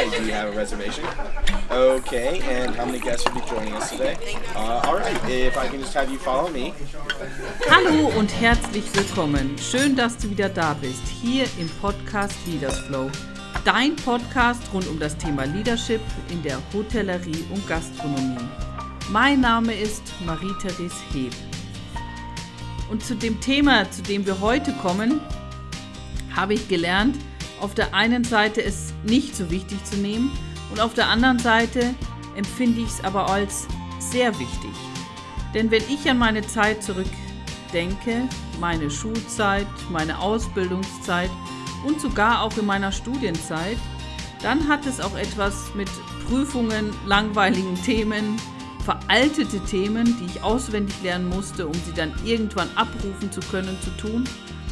Hi, do you have a reservation? Okay, and how many guests will be joining us today? All right, if I can just have you follow me. Hallo und herzlich willkommen. Schön, dass du wieder da bist, hier im Podcast Leaders Flow. Dein Podcast rund um das Thema Leadership in der Hotellerie und Gastronomie. Mein Name ist Marie-Therese Heb. Und zu dem Thema, zu dem wir heute kommen, habe ich gelernt, auf der einen Seite es nicht so wichtig zu nehmen und auf der anderen Seite empfinde ich es aber als sehr wichtig. Denn wenn ich an meine Zeit zurückdenke, meine Schulzeit, meine Ausbildungszeit und sogar auch in meiner Studienzeit, dann hat es auch etwas mit Prüfungen, langweiligen Themen, veraltete Themen, die ich auswendig lernen musste, um sie dann irgendwann abrufen zu können, zu tun.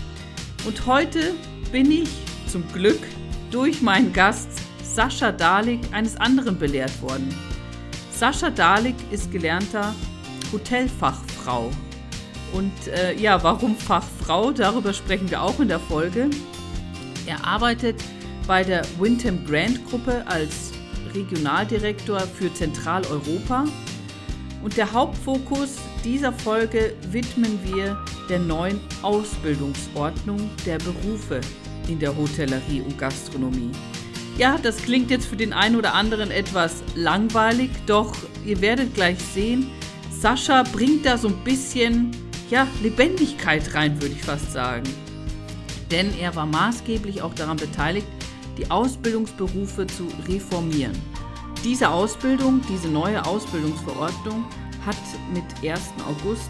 Und heute bin ich zum Glück durch meinen Gast Sascha Dalik eines anderen belehrt worden. Sascha Dalik ist gelernter Hotelfachfrau. Und warum Fachfrau? Darüber sprechen wir auch in der Folge. Er arbeitet bei der Wyndham Grand Gruppe als Regionaldirektor für Zentraleuropa. Und der Hauptfokus dieser Folge widmen wir der neuen Ausbildungsordnung der Berufe in der Hotellerie und Gastronomie. Ja, das klingt jetzt für den einen oder anderen etwas langweilig, doch ihr werdet gleich sehen, Sascha bringt da so ein bisschen Lebendigkeit rein, würde ich fast sagen. Denn er war maßgeblich auch daran beteiligt, die Ausbildungsberufe zu reformieren. Diese neue Ausbildungsverordnung hat mit 1. August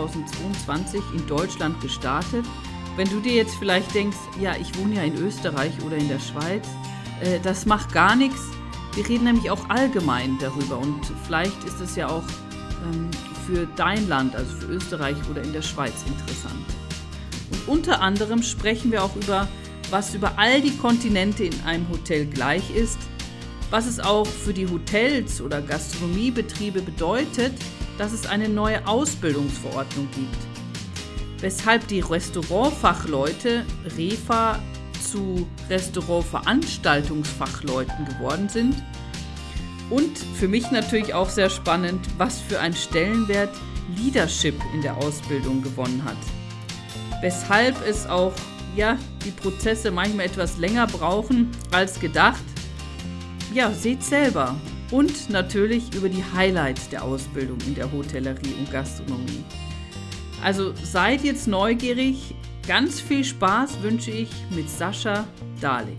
2022 in Deutschland gestartet. Wenn du dir jetzt vielleicht denkst, ja, ich wohne ja in Österreich oder in der Schweiz, das macht gar nichts. Wir reden nämlich auch allgemein darüber und vielleicht ist es ja auch für dein Land, also für Österreich oder in der Schweiz interessant. Und unter anderem sprechen wir auch über, was über all die Kontinente in einem Hotel gleich ist, was es auch für die Hotels oder Gastronomiebetriebe bedeutet, dass es eine neue Ausbildungsverordnung gibt. Weshalb die Restaurantfachleute REFA zu Restaurantveranstaltungsfachleuten geworden sind. Und für mich natürlich auch sehr spannend, was für einen Stellenwert Leadership in der Ausbildung gewonnen hat. Weshalb es auch die Prozesse manchmal etwas länger brauchen als gedacht. Ja, seht selber. Und natürlich über die Highlights der Ausbildung in der Hotellerie und Gastronomie. Also seid jetzt neugierig. Ganz viel Spaß wünsche ich mit Sascha Dalik.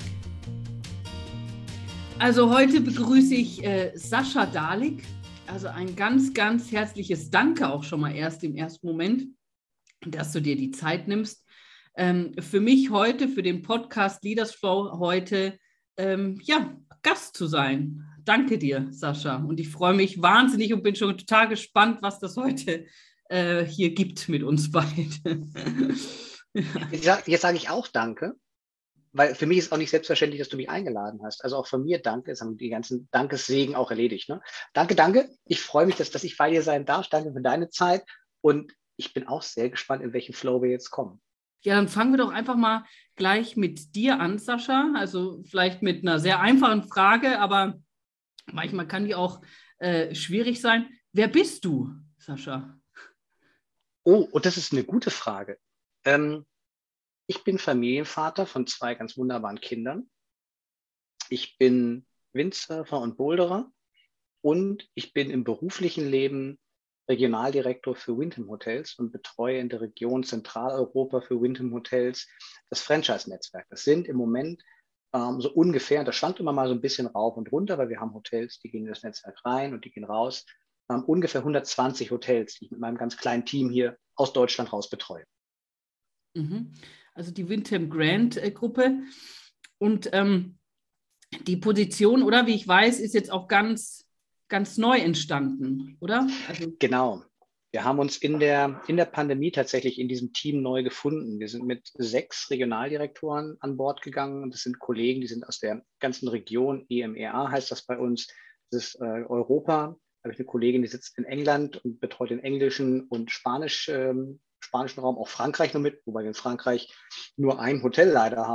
Also heute begrüße ich Sascha Dalik. Also ein ganz, ganz herzliches Danke auch schon mal im ersten Moment, dass du dir die Zeit nimmst. Für mich heute, für den Podcast Leaders Flow heute, Gast zu sein. Danke dir, Sascha. Und ich freue mich wahnsinnig und bin schon total gespannt, was das heute hier gibt mit uns beiden. Jetzt sage ich auch Danke, weil für mich ist auch nicht selbstverständlich, dass du mich eingeladen hast. Also auch von mir Danke, jetzt haben die ganzen Dankessegen auch erledigt. Ne? Danke. Ich freue mich, dass ich bei dir sein darf. Danke für deine Zeit und ich bin auch sehr gespannt, in welchen Flow wir jetzt kommen. Ja, dann fangen wir doch einfach mal gleich mit dir an, Sascha. Also vielleicht mit einer sehr einfachen Frage, aber manchmal kann die auch schwierig sein. Wer bist du, Sascha? Oh, und das ist eine gute Frage. Ich bin Familienvater von 2 ganz wunderbaren Kindern. Ich bin Windsurfer und Boulderer und ich bin im beruflichen Leben Regionaldirektor für Wyndham Hotels und betreue in der Region Zentraleuropa für Wyndham Hotels das Franchise-Netzwerk. Das sind im Moment so ungefähr, das schwankt immer mal so ein bisschen rauf und runter, weil wir haben Hotels, die gehen in das Netzwerk rein und die gehen raus. Ungefähr 120 Hotels, die ich mit meinem ganz kleinen Team hier aus Deutschland raus betreue. Also die Wyndham Grand Gruppe und die Position, oder wie ich weiß, ist jetzt auch ganz neu entstanden, oder? Also Genau. Wir haben uns in der Pandemie tatsächlich in diesem Team neu gefunden. Wir sind mit 6 Regionaldirektoren an Bord gegangen und das sind Kollegen, die sind aus der ganzen Region, EMEA heißt das bei uns, das ist Europa. Da habe ich eine Kollegin, die sitzt in England und betreut den englischen und spanischen Raum, auch Frankreich nur mit, wobei wir in Frankreich nur ein Hotel leider haben.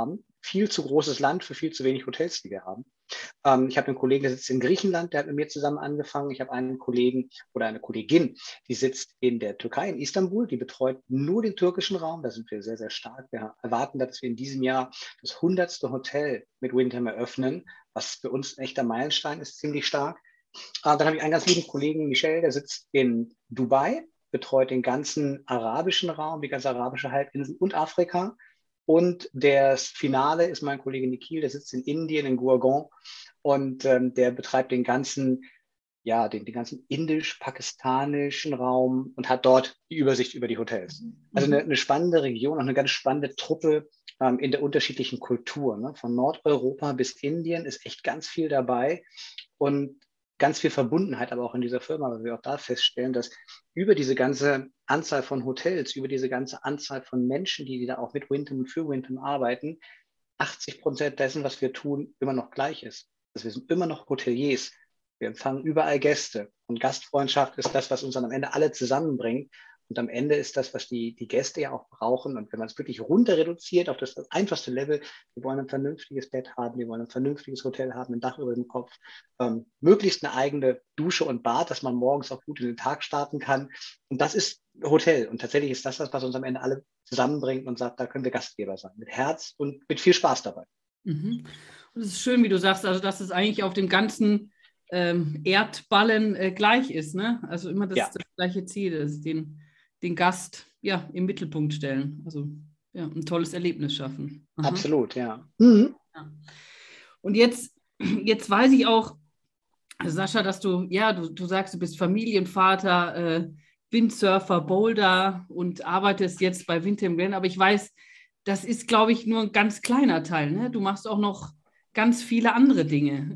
viel zu großes Land für viel zu wenig Hotels, die wir haben. Ich habe einen Kollegen, der sitzt in Griechenland, der hat mit mir zusammen angefangen. Ich habe einen Kollegen oder eine Kollegin, die sitzt in der Türkei, in Istanbul. Die betreut nur den türkischen Raum. Da sind wir sehr, sehr stark. Wir erwarten, dass wir in diesem Jahr das 100. Hotel mit Wyndham eröffnen, was für uns ein echter Meilenstein ist, ziemlich stark. Dann habe ich einen ganz lieben Kollegen, Michel, der sitzt in Dubai, betreut den ganzen arabischen Raum, die ganze arabische Halbinsel und Afrika. Und das Finale ist mein Kollege Nikhil, der sitzt in Indien, in Gurgaon, und der betreibt den ganzen indisch-pakistanischen Raum und hat dort die Übersicht über die Hotels. Also eine spannende Region und eine ganz spannende Truppe in der unterschiedlichen Kultur. Ne? Von Nordeuropa bis Indien ist echt ganz viel dabei und ganz viel Verbundenheit aber auch in dieser Firma, weil wir auch da feststellen, dass über diese ganze Anzahl von Hotels, über diese ganze Anzahl von Menschen, die da auch mit Wyndham und für Wyndham arbeiten, 80% dessen, was wir tun, immer noch gleich ist. Also wir sind immer noch Hoteliers. Wir empfangen überall Gäste. Und Gastfreundschaft ist das, was uns dann am Ende alle zusammenbringt. Und am Ende ist das, was die Gäste ja auch brauchen. Und wenn man es wirklich runter reduziert auf das einfachste Level, wir wollen ein vernünftiges Bett haben, wir wollen ein vernünftiges Hotel haben, ein Dach über dem Kopf, möglichst eine eigene Dusche und Bad, dass man morgens auch gut in den Tag starten kann. Und das ist Hotel. Und tatsächlich ist das, was uns am Ende alle zusammenbringt und sagt, da können wir Gastgeber sein. Mit Herz und mit viel Spaß dabei. Mhm. Und es ist schön, wie du sagst, also dass es eigentlich auf dem ganzen Erdballen gleich ist, ne? Also immer das gleiche Ziel ist, den Gast im Mittelpunkt stellen. Also ein tolles Erlebnis schaffen. Aha. Absolut, ja. Mhm. Ja. Und jetzt weiß ich auch, Sascha, dass du sagst, du bist Familienvater, Windsurfer, Boulder und arbeitest jetzt bei Wyndham Grand, aber ich weiß, das ist, glaube ich, nur ein ganz kleiner Teil, ne? Du machst auch noch ganz viele andere Dinge.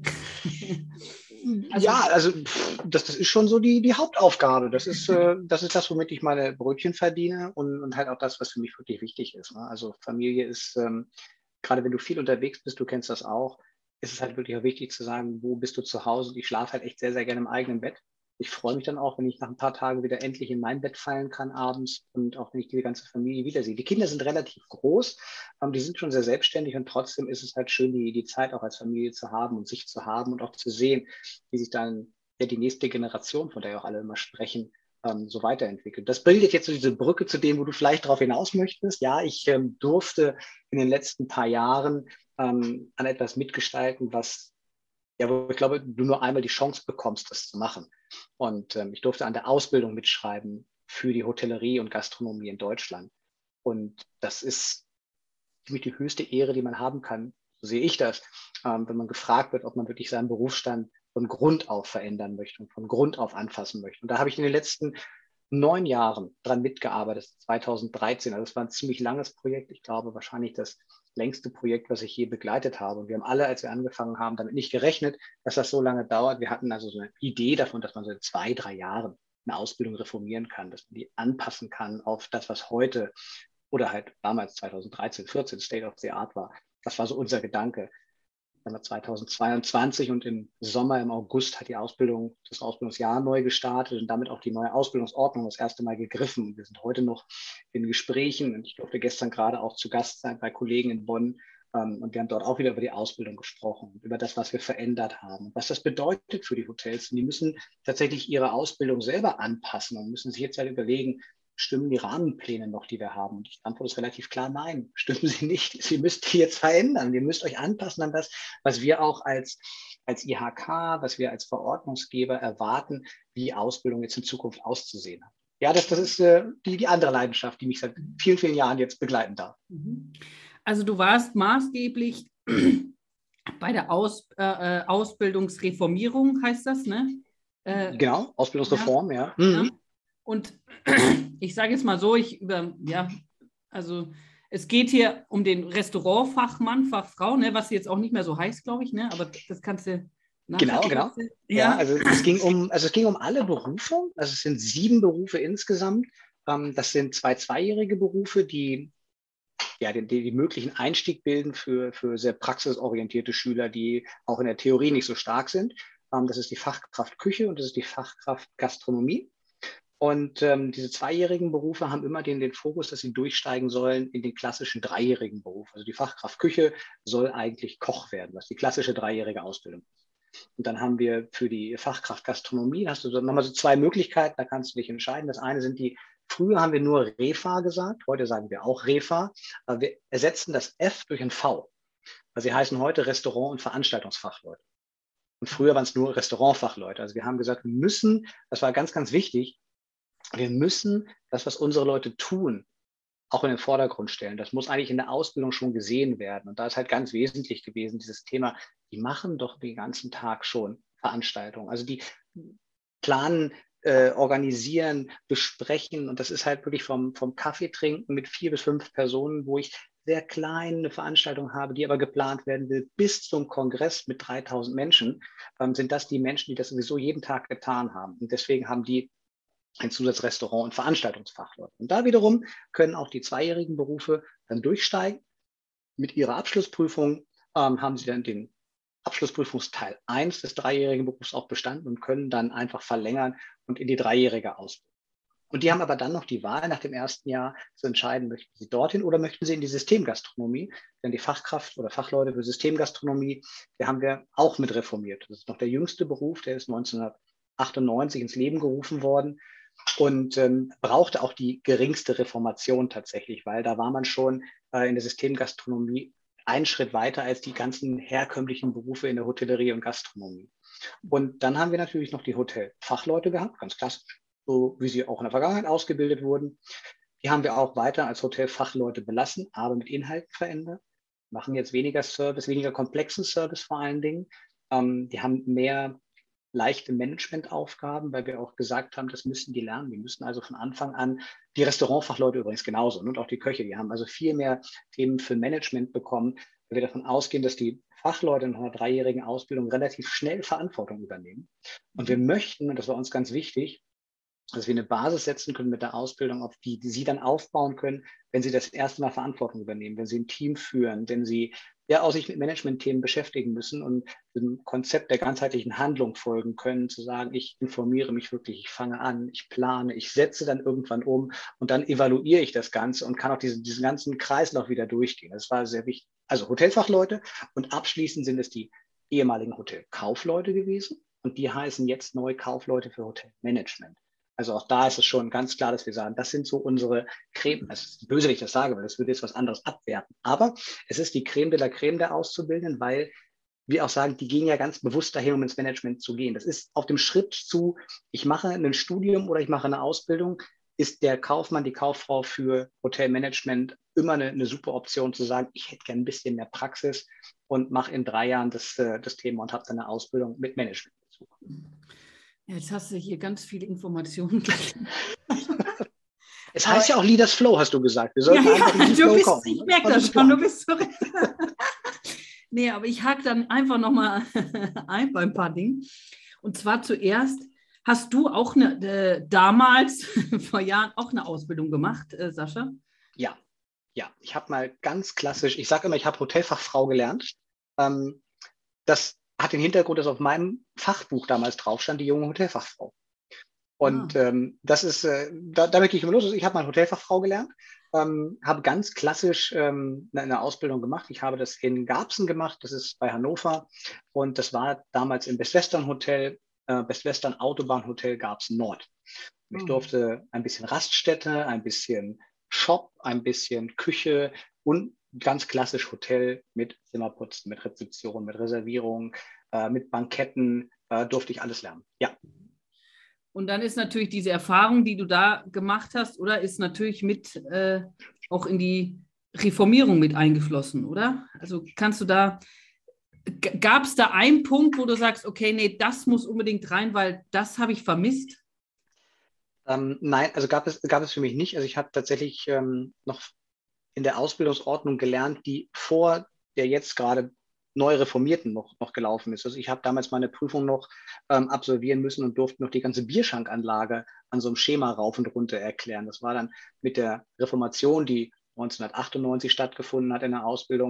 Also das ist schon so die Hauptaufgabe. Das ist das, womit ich meine Brötchen verdiene und halt auch das, was für mich wirklich wichtig ist. Ne? Also Familie ist, gerade wenn du viel unterwegs bist, du kennst das auch, ist es halt wirklich auch wichtig zu sagen, wo bist du zu Hause? Und ich schlafe halt echt sehr, sehr gerne im eigenen Bett. Ich freue mich dann auch, wenn ich nach ein paar Tagen wieder endlich in mein Bett fallen kann abends und auch wenn ich die ganze Familie wiedersehe. Die Kinder sind relativ groß, die sind schon sehr selbstständig und trotzdem ist es halt schön, die Zeit auch als Familie zu haben und sich zu haben und auch zu sehen, wie sich dann die nächste Generation, von der ja auch alle immer sprechen, so weiterentwickelt. Das bildet jetzt so diese Brücke zu dem, wo du vielleicht darauf hinaus möchtest. Ja, ich durfte in den letzten paar Jahren an etwas mitgestalten, wo ich glaube, du nur einmal die Chance bekommst, das zu machen. Und ich durfte an der Ausbildung mitschreiben für die Hotellerie und Gastronomie in Deutschland. Und das ist ziemlich die höchste Ehre, die man haben kann. So sehe ich das, wenn man gefragt wird, ob man wirklich seinen Berufsstand von Grund auf verändern möchte und von Grund auf anfassen möchte. Und da habe ich in den letzten 9 Jahren dran mitgearbeitet, 2013. Also es war ein ziemlich langes Projekt. Ich glaube, wahrscheinlich das längste Projekt, was ich je begleitet habe. Und wir haben alle, als wir angefangen haben, damit nicht gerechnet, dass das so lange dauert. Wir hatten also so eine Idee davon, dass man so in 2, 3 Jahren eine Ausbildung reformieren kann, dass man die anpassen kann auf das, was heute oder halt damals 2013, 14 State of the Art war. Das war so unser Gedanke. Dann war 2022 und im Sommer, im August hat das Ausbildungsjahr neu gestartet und damit auch die neue Ausbildungsordnung das erste Mal gegriffen. Und wir sind heute noch in Gesprächen und ich durfte gestern gerade auch zu Gast sein bei Kollegen in Bonn. Und wir haben dort auch wieder über die Ausbildung gesprochen, über das, was wir verändert haben, was das bedeutet für die Hotels. Und die müssen tatsächlich ihre Ausbildung selber anpassen und müssen sich jetzt halt überlegen, stimmen die Rahmenpläne noch, die wir haben? Und die Antwort ist relativ klar, nein, stimmen sie nicht. Sie müsst die jetzt verändern. Ihr müsst euch anpassen an das, was wir auch als IHK, was wir als Verordnungsgeber erwarten, wie Ausbildung jetzt in Zukunft auszusehen hat. Ja, das ist die andere Leidenschaft, die mich seit vielen, vielen Jahren jetzt begleiten darf. Also du warst maßgeblich bei der Ausbildungsreformierung, heißt das, ne? Genau, Ausbildungsreform, ja. Mhm. Und ich sage jetzt mal so, also es geht hier um den Restaurantfachmann, Fachfrau, ne, was jetzt auch nicht mehr so heißt, glaube ich, ne, aber das kannst du nachher. Genau. Ja, also es ging um alle Berufe. Also es sind 7 Berufe insgesamt. Das sind 2 zweijährige Berufe, die den möglichen Einstieg bilden für sehr praxisorientierte Schüler, die auch in der Theorie nicht so stark sind. Das ist die Fachkraft Küche und das ist die Fachkraft Gastronomie. Und diese zweijährigen Berufe haben immer den Fokus, dass sie durchsteigen sollen in den klassischen dreijährigen Beruf. Also die Fachkraft Küche soll eigentlich Koch werden, was die klassische dreijährige Ausbildung ist. Und dann haben wir für die Fachkraft Gastronomie, hast du so, nochmal so zwei Möglichkeiten, da kannst du dich entscheiden. Das eine sind früher haben wir nur Refa gesagt, heute sagen wir auch Refa, aber wir ersetzen das F durch ein V. Also sie heißen heute Restaurant- und Veranstaltungsfachleute. Und früher waren es nur Restaurantfachleute. Also wir haben gesagt, wir müssen, das war ganz, ganz wichtig, wir müssen das, was unsere Leute tun, auch in den Vordergrund stellen. Das muss eigentlich in der Ausbildung schon gesehen werden. Und da ist halt ganz wesentlich gewesen, dieses Thema, die machen doch den ganzen Tag schon Veranstaltungen. Also die planen, organisieren, besprechen. Und das ist halt wirklich vom Kaffee trinken mit 4 bis 5 Personen, wo ich sehr kleine Veranstaltung habe, die aber geplant werden will, bis zum Kongress mit 3000 Menschen, sind das die Menschen, die das sowieso jeden Tag getan haben. Und deswegen haben die ein Zusatzrestaurant- und Veranstaltungsfachleute. Und da wiederum können auch die zweijährigen Berufe dann durchsteigen. Mit ihrer Abschlussprüfung haben sie dann den Abschlussprüfungsteil 1 des dreijährigen Berufs auch bestanden und können dann einfach verlängern und in die dreijährige Ausbildung. Und die haben aber dann noch die Wahl, nach dem ersten Jahr zu entscheiden, möchten sie dorthin oder möchten sie in die Systemgastronomie. Denn die Fachkraft oder Fachleute für Systemgastronomie, die haben wir auch mit reformiert. Das ist noch der jüngste Beruf, der ist 1998 ins Leben gerufen worden und brauchte auch die geringste Reformation tatsächlich, weil da war man schon in der Systemgastronomie einen Schritt weiter als die ganzen herkömmlichen Berufe in der Hotellerie und Gastronomie. Und dann haben wir natürlich noch die Hotelfachleute gehabt, ganz klassisch, so wie sie auch in der Vergangenheit ausgebildet wurden. Die haben wir auch weiter als Hotelfachleute belassen, aber mit Inhalten verändert. Machen jetzt weniger Service, weniger komplexen Service vor allen Dingen. Die haben mehr leichte Managementaufgaben, weil wir auch gesagt haben, das müssen die lernen. Die müssen also von Anfang an, die Restaurantfachleute übrigens genauso und auch die Köche, die haben also viel mehr Themen für Management bekommen, weil wir davon ausgehen, dass die Fachleute in einer dreijährigen Ausbildung relativ schnell Verantwortung übernehmen. Und wir möchten, und das war uns ganz wichtig, dass wir eine Basis setzen können mit der Ausbildung, auf die sie dann aufbauen können, wenn sie das erste Mal Verantwortung übernehmen, wenn sie ein Team führen, wenn sie ja auch sich mit Management-Themen beschäftigen müssen und dem Konzept der ganzheitlichen Handlung folgen können, zu sagen, ich informiere mich wirklich, ich fange an, ich plane, ich setze dann irgendwann um und dann evaluiere ich das Ganze und kann auch diesen ganzen Kreislauf wieder durchgehen. Das war sehr wichtig. Also Hotelfachleute und abschließend sind es die ehemaligen Hotelkaufleute gewesen und die heißen jetzt neu Kaufleute für Hotelmanagement. Also auch da ist es schon ganz klar, dass wir sagen, das sind so unsere Creme, es ist böse, wenn ich das sage, weil das würde jetzt was anderes abwerten. Aber es ist die Creme de la Creme der Auszubildenden, weil wir auch sagen, die gehen ja ganz bewusst dahin, um ins Management zu gehen. Das ist auf dem Schritt zu, ich mache ein Studium oder ich mache eine Ausbildung, ist der Kaufmann, die Kauffrau für Hotelmanagement immer eine super Option zu sagen, ich hätte gerne ein bisschen mehr Praxis und mache in 3 Jahren das Thema und habe dann eine Ausbildung mit Management dazu. Jetzt hast du hier ganz viele Informationen. Es heißt ja auch Leaders Flow, hast du gesagt. Wir sollten einfach in den Flow kommen. Ich merke das schon, du bist so. Nee, aber ich hake dann einfach nochmal ein bei ein paar Dingen. Und zwar zuerst, hast du auch damals, vor Jahren, auch eine Ausbildung gemacht, Sascha? Ja. Ich habe mal ganz klassisch, ich sage immer, ich habe Hotelfachfrau gelernt. Das hat den Hintergrund, dass auf meinem Fachbuch damals drauf stand, die junge Hotelfachfrau. Und das ist, damit gehe ich immer los. Ich habe mal Hotelfachfrau gelernt, habe ganz klassisch eine Ausbildung gemacht. Ich habe das in Garbsen gemacht, das ist bei Hannover. Und das war damals im Best Western Hotel, Best Western Autobahnhotel Garbsen Nord. Und ich durfte ein bisschen Raststätte, ein bisschen Shop, ein bisschen Küche und ganz klassisch Hotel mit Zimmerputzen, mit Rezeption, mit Reservierung, mit Banketten, durfte ich alles lernen. Ja. Und dann ist natürlich diese Erfahrung, die du da gemacht hast, oder ist natürlich mit auch in die Reformierung mit eingeflossen, oder? Also kannst du da, gab es da einen Punkt, wo du sagst, okay, nee, das muss unbedingt rein, weil das habe ich vermisst? Nein, also gab es für mich nicht. Also ich habe tatsächlich noch in der Ausbildungsordnung gelernt, die vor der jetzt gerade neu reformierten noch gelaufen ist. Also ich habe damals meine Prüfung noch absolvieren müssen und durfte noch die ganze Bierschankanlage an so einem Schema rauf und runter erklären. Das war dann mit der Reformation, die 1998 stattgefunden hat in der Ausbildung,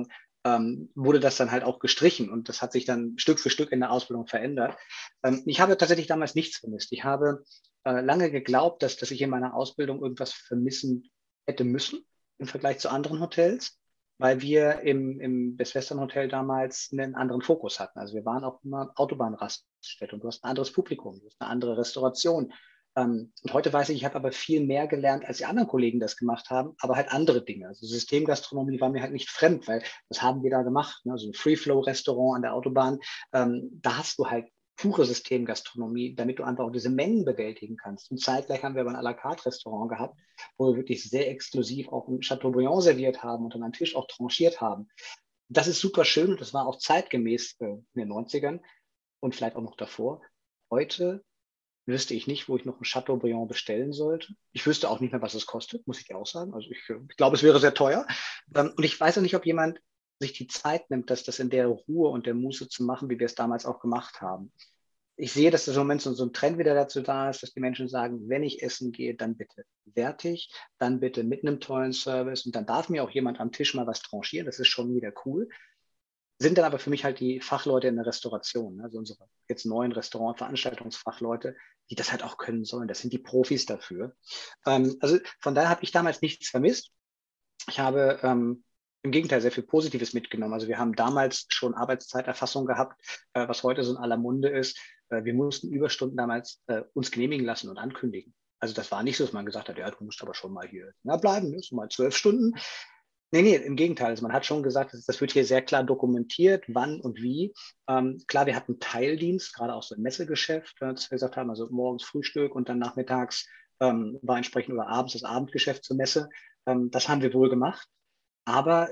wurde das dann halt auch gestrichen und das hat sich dann Stück für Stück in der Ausbildung verändert. Ich habe tatsächlich damals nichts vermisst. Ich habe lange geglaubt, dass ich in meiner Ausbildung irgendwas vermissen hätte müssen im Vergleich zu anderen Hotels, weil wir im Best Western Hotel damals einen anderen Fokus hatten. Also wir waren auch immer Autobahnraststätte und du hast ein anderes Publikum, du hast eine andere Restauration. Und heute weiß ich habe aber viel mehr gelernt, als die anderen Kollegen das gemacht haben, aber halt andere Dinge. Also Systemgastronomie war mir halt nicht fremd, weil das haben wir da gemacht. Ne? So ein Free-Flow-Restaurant an der Autobahn, da hast du halt pure Systemgastronomie, damit du einfach auch diese Mengen bewältigen kannst. Und zeitgleich haben wir aber ein à la carte Restaurant gehabt, wo wir wirklich sehr exklusiv auch ein Chateaubriand serviert haben und dann am Tisch auch tranchiert haben. Das ist super schön und das war auch zeitgemäß in den 90ern und vielleicht auch noch davor. Heute wüsste ich nicht, wo ich noch ein Chateaubriand bestellen sollte. Ich wüsste auch nicht mehr, was es kostet, muss ich dir auch sagen. Also ich glaube, es wäre sehr teuer. Und ich weiß auch nicht, ob jemand sich die Zeit nimmt, das in der Ruhe und der Muße zu machen, wie wir es damals auch gemacht haben. Ich sehe, dass das im Moment so ein Trend wieder dazu da ist, dass die Menschen sagen, wenn ich essen gehe, dann bitte wertig, dann bitte mit einem tollen Service und dann darf mir auch jemand am Tisch mal was tranchieren. Das ist schon wieder cool. Sind dann aber für mich halt die Fachleute in der Restauration, also unsere jetzt neuen Restaurant-Veranstaltungsfachleute, die das halt auch können sollen. Das sind die Profis dafür. Also von daher habe ich damals nichts vermisst. Ich habe im Gegenteil sehr viel Positives mitgenommen. Also wir haben damals schon Arbeitszeiterfassung gehabt, was heute so in aller Munde ist. Wir mussten Überstunden damals uns genehmigen lassen und ankündigen. Also das war nicht so, dass man gesagt hat, ja, du musst aber schon mal hier bleiben, ne? So mal 12 Stunden. Nee, im Gegenteil. Also man hat schon gesagt, das wird hier sehr klar dokumentiert, wann und wie. Klar, wir hatten Teildienst, gerade auch so im Messegeschäft, dass wir gesagt haben, also morgens Frühstück und dann nachmittags war entsprechend oder abends das Abendgeschäft zur Messe. Das haben wir wohl gemacht. Aber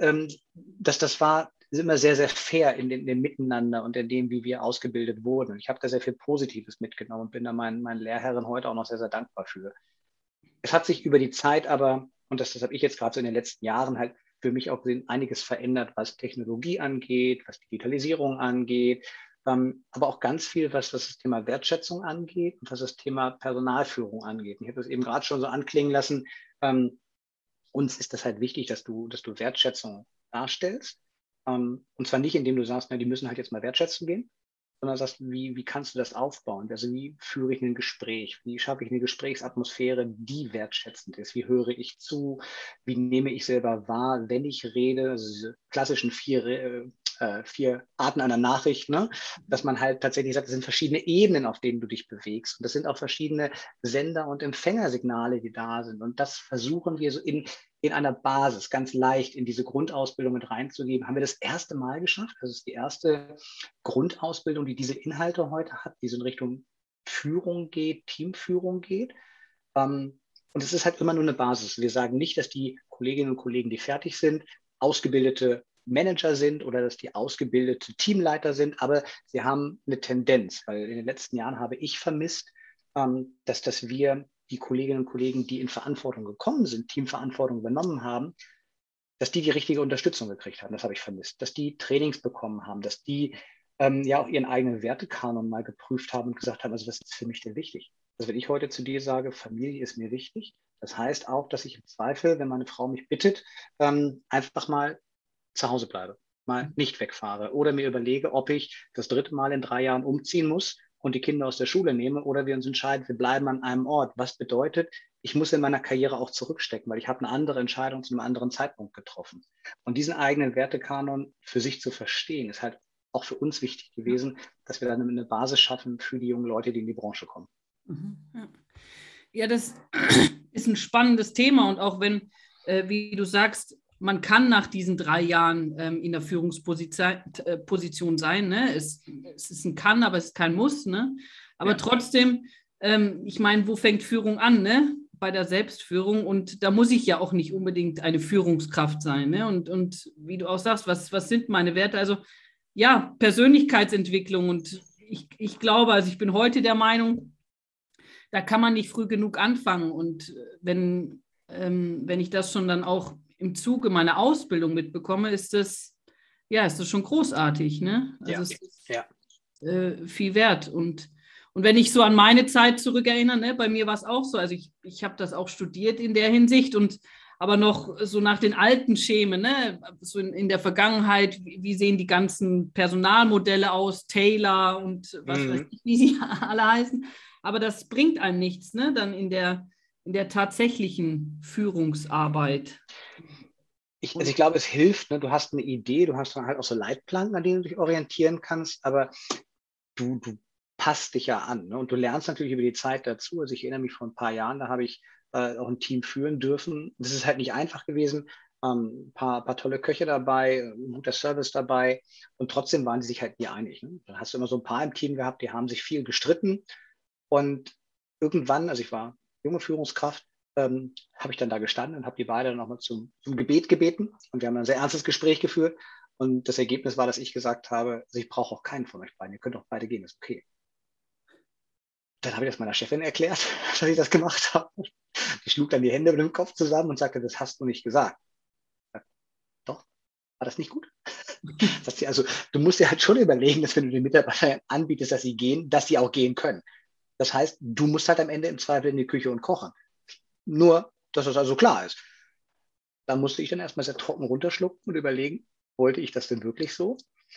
das war immer sehr, sehr fair in dem Miteinander und in dem, wie wir ausgebildet wurden. Und ich habe da sehr viel Positives mitgenommen und bin da meinen Lehrherren heute auch noch sehr, sehr dankbar für. Es hat sich über die Zeit aber, und das habe ich jetzt gerade so in den letzten Jahren halt für mich auch gesehen, einiges verändert, was Technologie angeht, was Digitalisierung angeht, aber auch ganz viel, was das Thema Wertschätzung angeht und was das Thema Personalführung angeht. Ich habe das eben gerade schon so anklingen lassen. Uns ist das halt wichtig, dass du Wertschätzung darstellst. Und zwar nicht, indem du sagst, na, die müssen halt jetzt mal wertschätzen gehen, sondern sagst, wie kannst du das aufbauen? Also wie führe ich ein Gespräch? Wie schaffe ich eine Gesprächsatmosphäre, die wertschätzend ist? Wie höre ich zu? Wie nehme ich selber wahr, wenn ich rede? Also diese klassischen vier Arten einer Nachricht, ne? Dass man halt tatsächlich sagt, es sind verschiedene Ebenen, auf denen du dich bewegst. Und das sind auch verschiedene Sender- und Empfängersignale, die da sind. Und das versuchen wir so in einer Basis ganz leicht in diese Grundausbildung mit reinzugeben. Haben wir das erste Mal geschafft. Das ist die erste Grundausbildung, die diese Inhalte heute hat, die so in Richtung Führung geht, Teamführung geht. Und es ist halt immer nur eine Basis. Wir sagen nicht, dass die Kolleginnen und Kollegen, die fertig sind, ausgebildete Manager sind oder dass die ausgebildete Teamleiter sind, aber sie haben eine Tendenz, weil in den letzten Jahren habe ich vermisst, dass wir die Kolleginnen und Kollegen, die in Verantwortung gekommen sind, Teamverantwortung übernommen haben, dass die richtige Unterstützung gekriegt haben. Das habe ich vermisst. Dass die Trainings bekommen haben, dass die auch ihren eigenen Wertekanon mal geprüft haben und gesagt haben, also was ist für mich denn wichtig? Also wenn ich heute zu dir sage, Familie ist mir wichtig, das heißt auch, dass ich im Zweifel, wenn meine Frau mich bittet, einfach mal zu Hause bleibe, mal nicht wegfahre oder mir überlege, ob ich das 3. Mal in 3 Jahren umziehen muss und die Kinder aus der Schule nehme oder wir uns entscheiden, wir bleiben an einem Ort. Was bedeutet, ich muss in meiner Karriere auch zurückstecken, weil ich habe eine andere Entscheidung zu einem anderen Zeitpunkt getroffen. Und diesen eigenen Wertekanon für sich zu verstehen, ist halt auch für uns wichtig gewesen, dass wir dann eine Basis schaffen für die jungen Leute, die in die Branche kommen. Ja, das ist ein spannendes Thema und auch wenn, wie du sagst, man kann nach diesen 3 Jahren in der Führungsposition sein. Ne? Es ist ein Kann, aber es ist kein Muss. Ne? Aber trotzdem, ich meine, wo fängt Führung an? Ne? Bei der Selbstführung. Und da muss ich ja auch nicht unbedingt eine Führungskraft sein. Ne? Und wie du auch sagst, was sind meine Werte? Also ja, Persönlichkeitsentwicklung. Und ich glaube, also ich bin heute der Meinung, da kann man nicht früh genug anfangen. Und wenn ich das schon dann auch im Zuge meiner Ausbildung mitbekomme, ist das schon großartig. Ne? Also es ist viel wert. Und wenn ich so an meine Zeit zurückerinnere, ne, bei mir war es auch so, also ich habe das auch studiert in der Hinsicht und aber noch so nach den alten Schemen, ne? So in der Vergangenheit, wie sehen die ganzen Personalmodelle aus, Taylor und was weiß ich, wie sie alle heißen. Aber das bringt einem nichts, ne? Dann in der tatsächlichen Führungsarbeit. Ich glaube, es hilft, ne? Du hast eine Idee, du hast dann halt auch so Leitplanken, an denen du dich orientieren kannst, aber du passt dich ja an, ne? Und du lernst natürlich über die Zeit dazu. Also ich erinnere mich vor ein paar Jahren, da habe ich auch ein Team führen dürfen. Das ist halt nicht einfach gewesen. Ein paar tolle Köche dabei, ein guter Service dabei und trotzdem waren die sich halt nie einig. Ne? Dann hast du immer so ein paar im Team gehabt, die haben sich viel gestritten und irgendwann, also ich war junge Führungskraft, habe ich dann da gestanden und habe die beide nochmal zum Gebet gebeten und wir haben ein sehr ernstes Gespräch geführt und das Ergebnis war, dass ich gesagt habe, also ich brauche auch keinen von euch beiden, ihr könnt auch beide gehen, ist okay. Dann habe ich das meiner Chefin erklärt, dass ich das gemacht habe. Die schlug dann die Hände über dem Kopf zusammen und sagte, das hast du nicht gesagt. Doch, war das nicht gut? Sagt sie, also du musst dir halt schon überlegen, dass wenn du den Mitarbeitern anbietest, dass sie gehen, dass sie auch gehen können. Das heißt, du musst halt am Ende im Zweifel in die Küche und kochen. Nur, dass das also klar ist. Da musste ich dann erstmal sehr trocken runterschlucken und überlegen, wollte ich das denn wirklich so?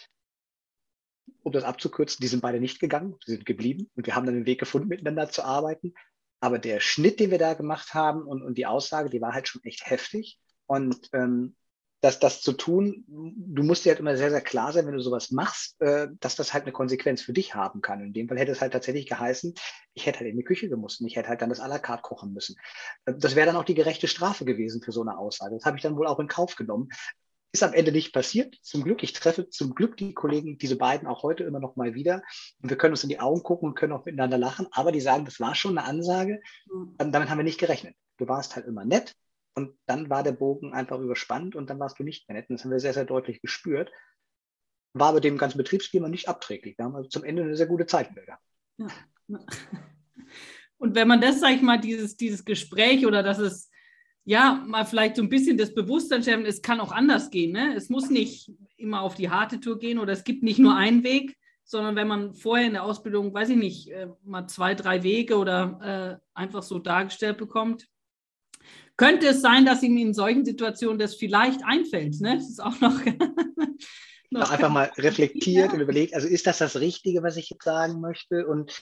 Um das abzukürzen, die sind beide nicht gegangen, die sind geblieben und wir haben dann den Weg gefunden, miteinander zu arbeiten. Aber der Schnitt, den wir da gemacht haben und die Aussage, die war halt schon echt heftig. Und das zu tun, du musst dir halt immer sehr, sehr klar sein, wenn du sowas machst, dass das halt eine Konsequenz für dich haben kann. In dem Fall hätte es halt tatsächlich geheißen, ich hätte halt in die Küche gemusst und ich hätte halt dann das à la carte kochen müssen. Das wäre dann auch die gerechte Strafe gewesen für so eine Aussage. Das habe ich dann wohl auch in Kauf genommen. Ist am Ende nicht passiert. Zum Glück, ich treffe zum Glück die Kollegen, diese beiden auch heute immer noch mal wieder. Und wir können uns in die Augen gucken und können auch miteinander lachen. Aber die sagen, das war schon eine Ansage. Damit haben wir nicht gerechnet. Du warst halt immer nett. Und dann war der Bogen einfach überspannt und dann warst du nicht mehr nett. Und das haben wir sehr, sehr deutlich gespürt. War aber dem ganzen Betriebsklima nicht abträglich. Wir haben also zum Ende eine sehr gute Zeit gehabt. Ja. Und wenn man das, sag ich mal, dieses Gespräch oder dass es ja mal vielleicht so ein bisschen das Bewusstsein schärfen, es kann auch anders gehen. Ne? Es muss nicht immer auf die harte Tour gehen oder es gibt nicht nur einen Weg, sondern wenn man vorher in der Ausbildung, weiß ich nicht, mal 2, 3 Wege oder einfach so dargestellt bekommt, könnte es sein, dass ihm in solchen Situationen das vielleicht einfällt. Ne? Das ist auch noch einfach mal reflektiert und überlegt, also ist das Richtige, was ich jetzt sagen möchte? Und,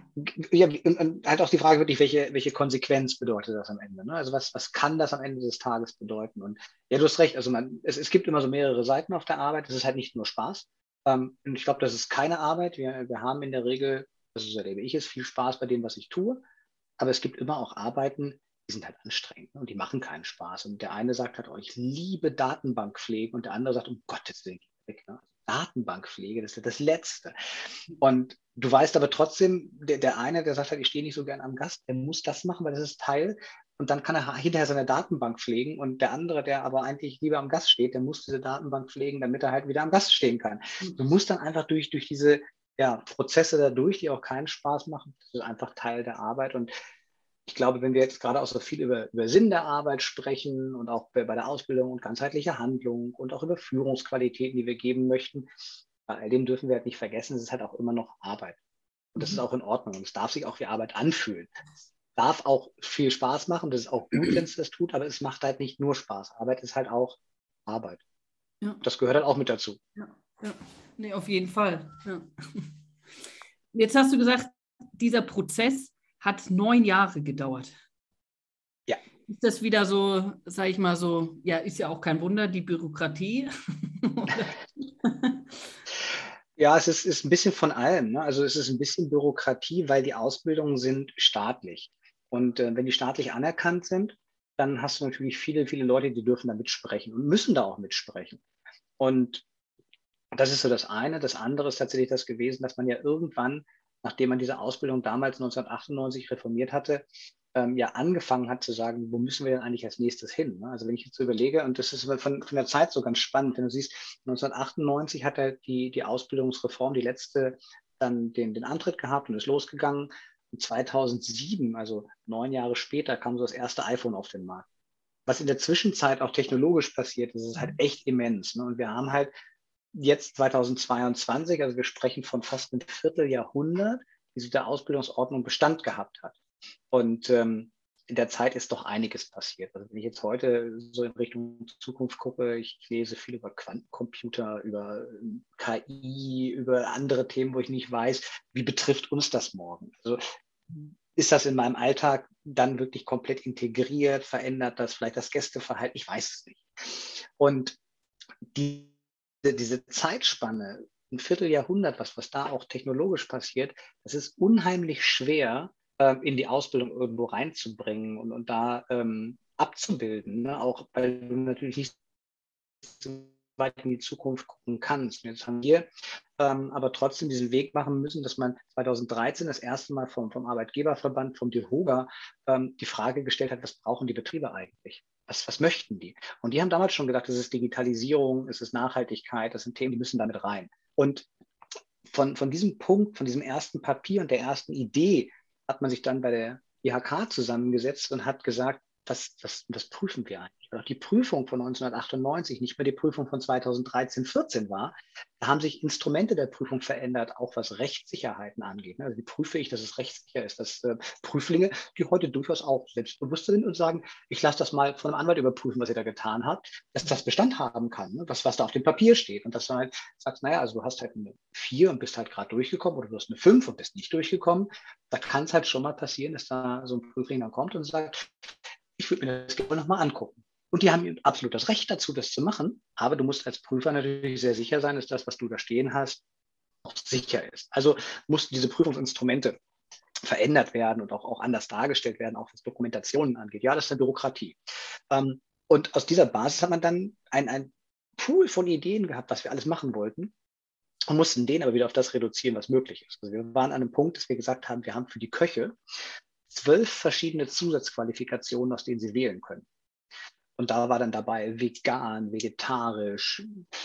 und halt auch die Frage wirklich, welche Konsequenz bedeutet das am Ende? Ne? Also was kann das am Ende des Tages bedeuten? Und ja, du hast recht, also es gibt immer so mehrere Seiten auf der Arbeit, es ist halt nicht nur Spaß. Und ich glaube, das ist keine Arbeit. Wir haben in der Regel, so erlebe ich es, viel Spaß bei dem, was ich tue. Aber es gibt immer auch Arbeiten, die sind halt anstrengend, ne? Und die machen keinen Spaß. Und der eine sagt halt, oh, ich liebe Datenbankpflege und der andere sagt, um Gottes Willen, weg, ne? Datenbankpflege, das ist ja das Letzte. Und du weißt aber trotzdem, der eine, der sagt halt, ich stehe nicht so gern am Gast, der muss das machen, weil das ist Teil. Und dann kann er hinterher seine Datenbank pflegen. Und der andere, der aber eigentlich lieber am Gast steht, der muss diese Datenbank pflegen, damit er halt wieder am Gast stehen kann. Du musst dann einfach durch diese Prozesse dadurch, die auch keinen Spaß machen. Das ist einfach Teil der Arbeit. Und ich glaube, wenn wir jetzt gerade auch so viel über Sinn der Arbeit sprechen und auch bei der Ausbildung und ganzheitliche Handlung und auch über Führungsqualitäten, die wir geben möchten, bei all dem dürfen wir halt nicht vergessen, es ist halt auch immer noch Arbeit. Und das ist auch in Ordnung. Und es darf sich auch wie Arbeit anfühlen. Es darf auch viel Spaß machen. Das ist auch gut, wenn es das tut, aber es macht halt nicht nur Spaß. Arbeit ist halt auch Arbeit. Ja. Das gehört halt auch mit dazu. Ja. Nee, auf jeden Fall. Ja. Jetzt hast du gesagt, dieser Prozess hat 9 Jahre gedauert. Ja. Ist das wieder so, sage ich mal so, ja, ist ja auch kein Wunder, die Bürokratie? Ja, es ist ein bisschen von allem. Ne? Also es ist ein bisschen Bürokratie, weil die Ausbildungen sind staatlich. Und wenn die staatlich anerkannt sind, dann hast du natürlich viele, viele Leute, die dürfen da mitsprechen und müssen da auch mitsprechen. Und das ist so das eine. Das andere ist tatsächlich das gewesen, dass man ja irgendwann, nachdem man diese Ausbildung damals 1998 reformiert hatte, angefangen hat zu sagen, wo müssen wir denn eigentlich als nächstes hin? Ne? Also wenn ich jetzt überlege, und das ist von der Zeit so ganz spannend, wenn du siehst, 1998 hat die Ausbildungsreform, die letzte, dann den Antritt gehabt und ist losgegangen. Und 2007, also 9 Jahre später, kam so das erste iPhone auf den Markt. Was in der Zwischenzeit auch technologisch passiert ist, ist halt echt immens. Ne? Und wir haben halt jetzt 2022, also wir sprechen von fast einem Vierteljahrhundert, wie diese Ausbildungsordnung Bestand gehabt hat. Und in der Zeit ist doch einiges passiert. Also wenn ich jetzt heute so in Richtung Zukunft gucke, ich lese viel über Quantencomputer, über KI, über andere Themen, wo ich nicht weiß, wie betrifft uns das morgen? Also ist das in meinem Alltag dann wirklich komplett integriert? Verändert das vielleicht das Gästeverhalten? Ich weiß es nicht. Und diese Zeitspanne, ein Vierteljahrhundert, was da auch technologisch passiert, das ist unheimlich schwer in die Ausbildung irgendwo reinzubringen und da abzubilden, ne? Auch weil du natürlich nicht so weit in die Zukunft gucken kannst. Und jetzt haben wir aber trotzdem diesen Weg machen müssen, dass man 2013 das erste Mal vom Arbeitgeberverband, vom DEHOGA, die Frage gestellt hat, was brauchen die Betriebe eigentlich? Was möchten die? Und die haben damals schon gedacht, das ist Digitalisierung, es ist Nachhaltigkeit, das sind Themen, die müssen damit rein. Und von diesem Punkt, von diesem ersten Papier und der ersten Idee hat man sich dann bei der IHK zusammengesetzt und hat gesagt, das prüfen wir eigentlich. Weil auch die Prüfung von 1998 nicht mehr die Prüfung von 2013, 14 war. Da haben sich Instrumente der Prüfung verändert, auch was Rechtssicherheiten angeht. Also wie prüfe ich, dass es rechtssicher ist, dass Prüflinge, die heute durchaus auch selbstbewusst sind und sagen, ich lasse das mal von einem Anwalt überprüfen, was ihr da getan habt, dass das Bestand haben kann, ne? Was da auf dem Papier steht. Und dass du halt sagst, naja, also du hast halt eine 4 und bist halt gerade durchgekommen oder du hast eine 5 und bist nicht durchgekommen. Da kann es halt schon mal passieren, dass da so ein Prüfling dann kommt und sagt, ich würde mir das gerne nochmal angucken. Und die haben absolut das Recht dazu, das zu machen. Aber du musst als Prüfer natürlich sehr sicher sein, dass das, was du da stehen hast, auch sicher ist. Also mussten diese Prüfungsinstrumente verändert werden und auch anders dargestellt werden, auch was Dokumentationen angeht. Ja, das ist eine Bürokratie. Und aus dieser Basis hat man dann ein Pool von Ideen gehabt, was wir alles machen wollten. Und mussten den aber wieder auf das reduzieren, was möglich ist. Also wir waren an einem Punkt, dass wir gesagt haben, wir haben für die Köche 12 verschiedene Zusatzqualifikationen, aus denen sie wählen können. Und da war dann dabei vegan, vegetarisch,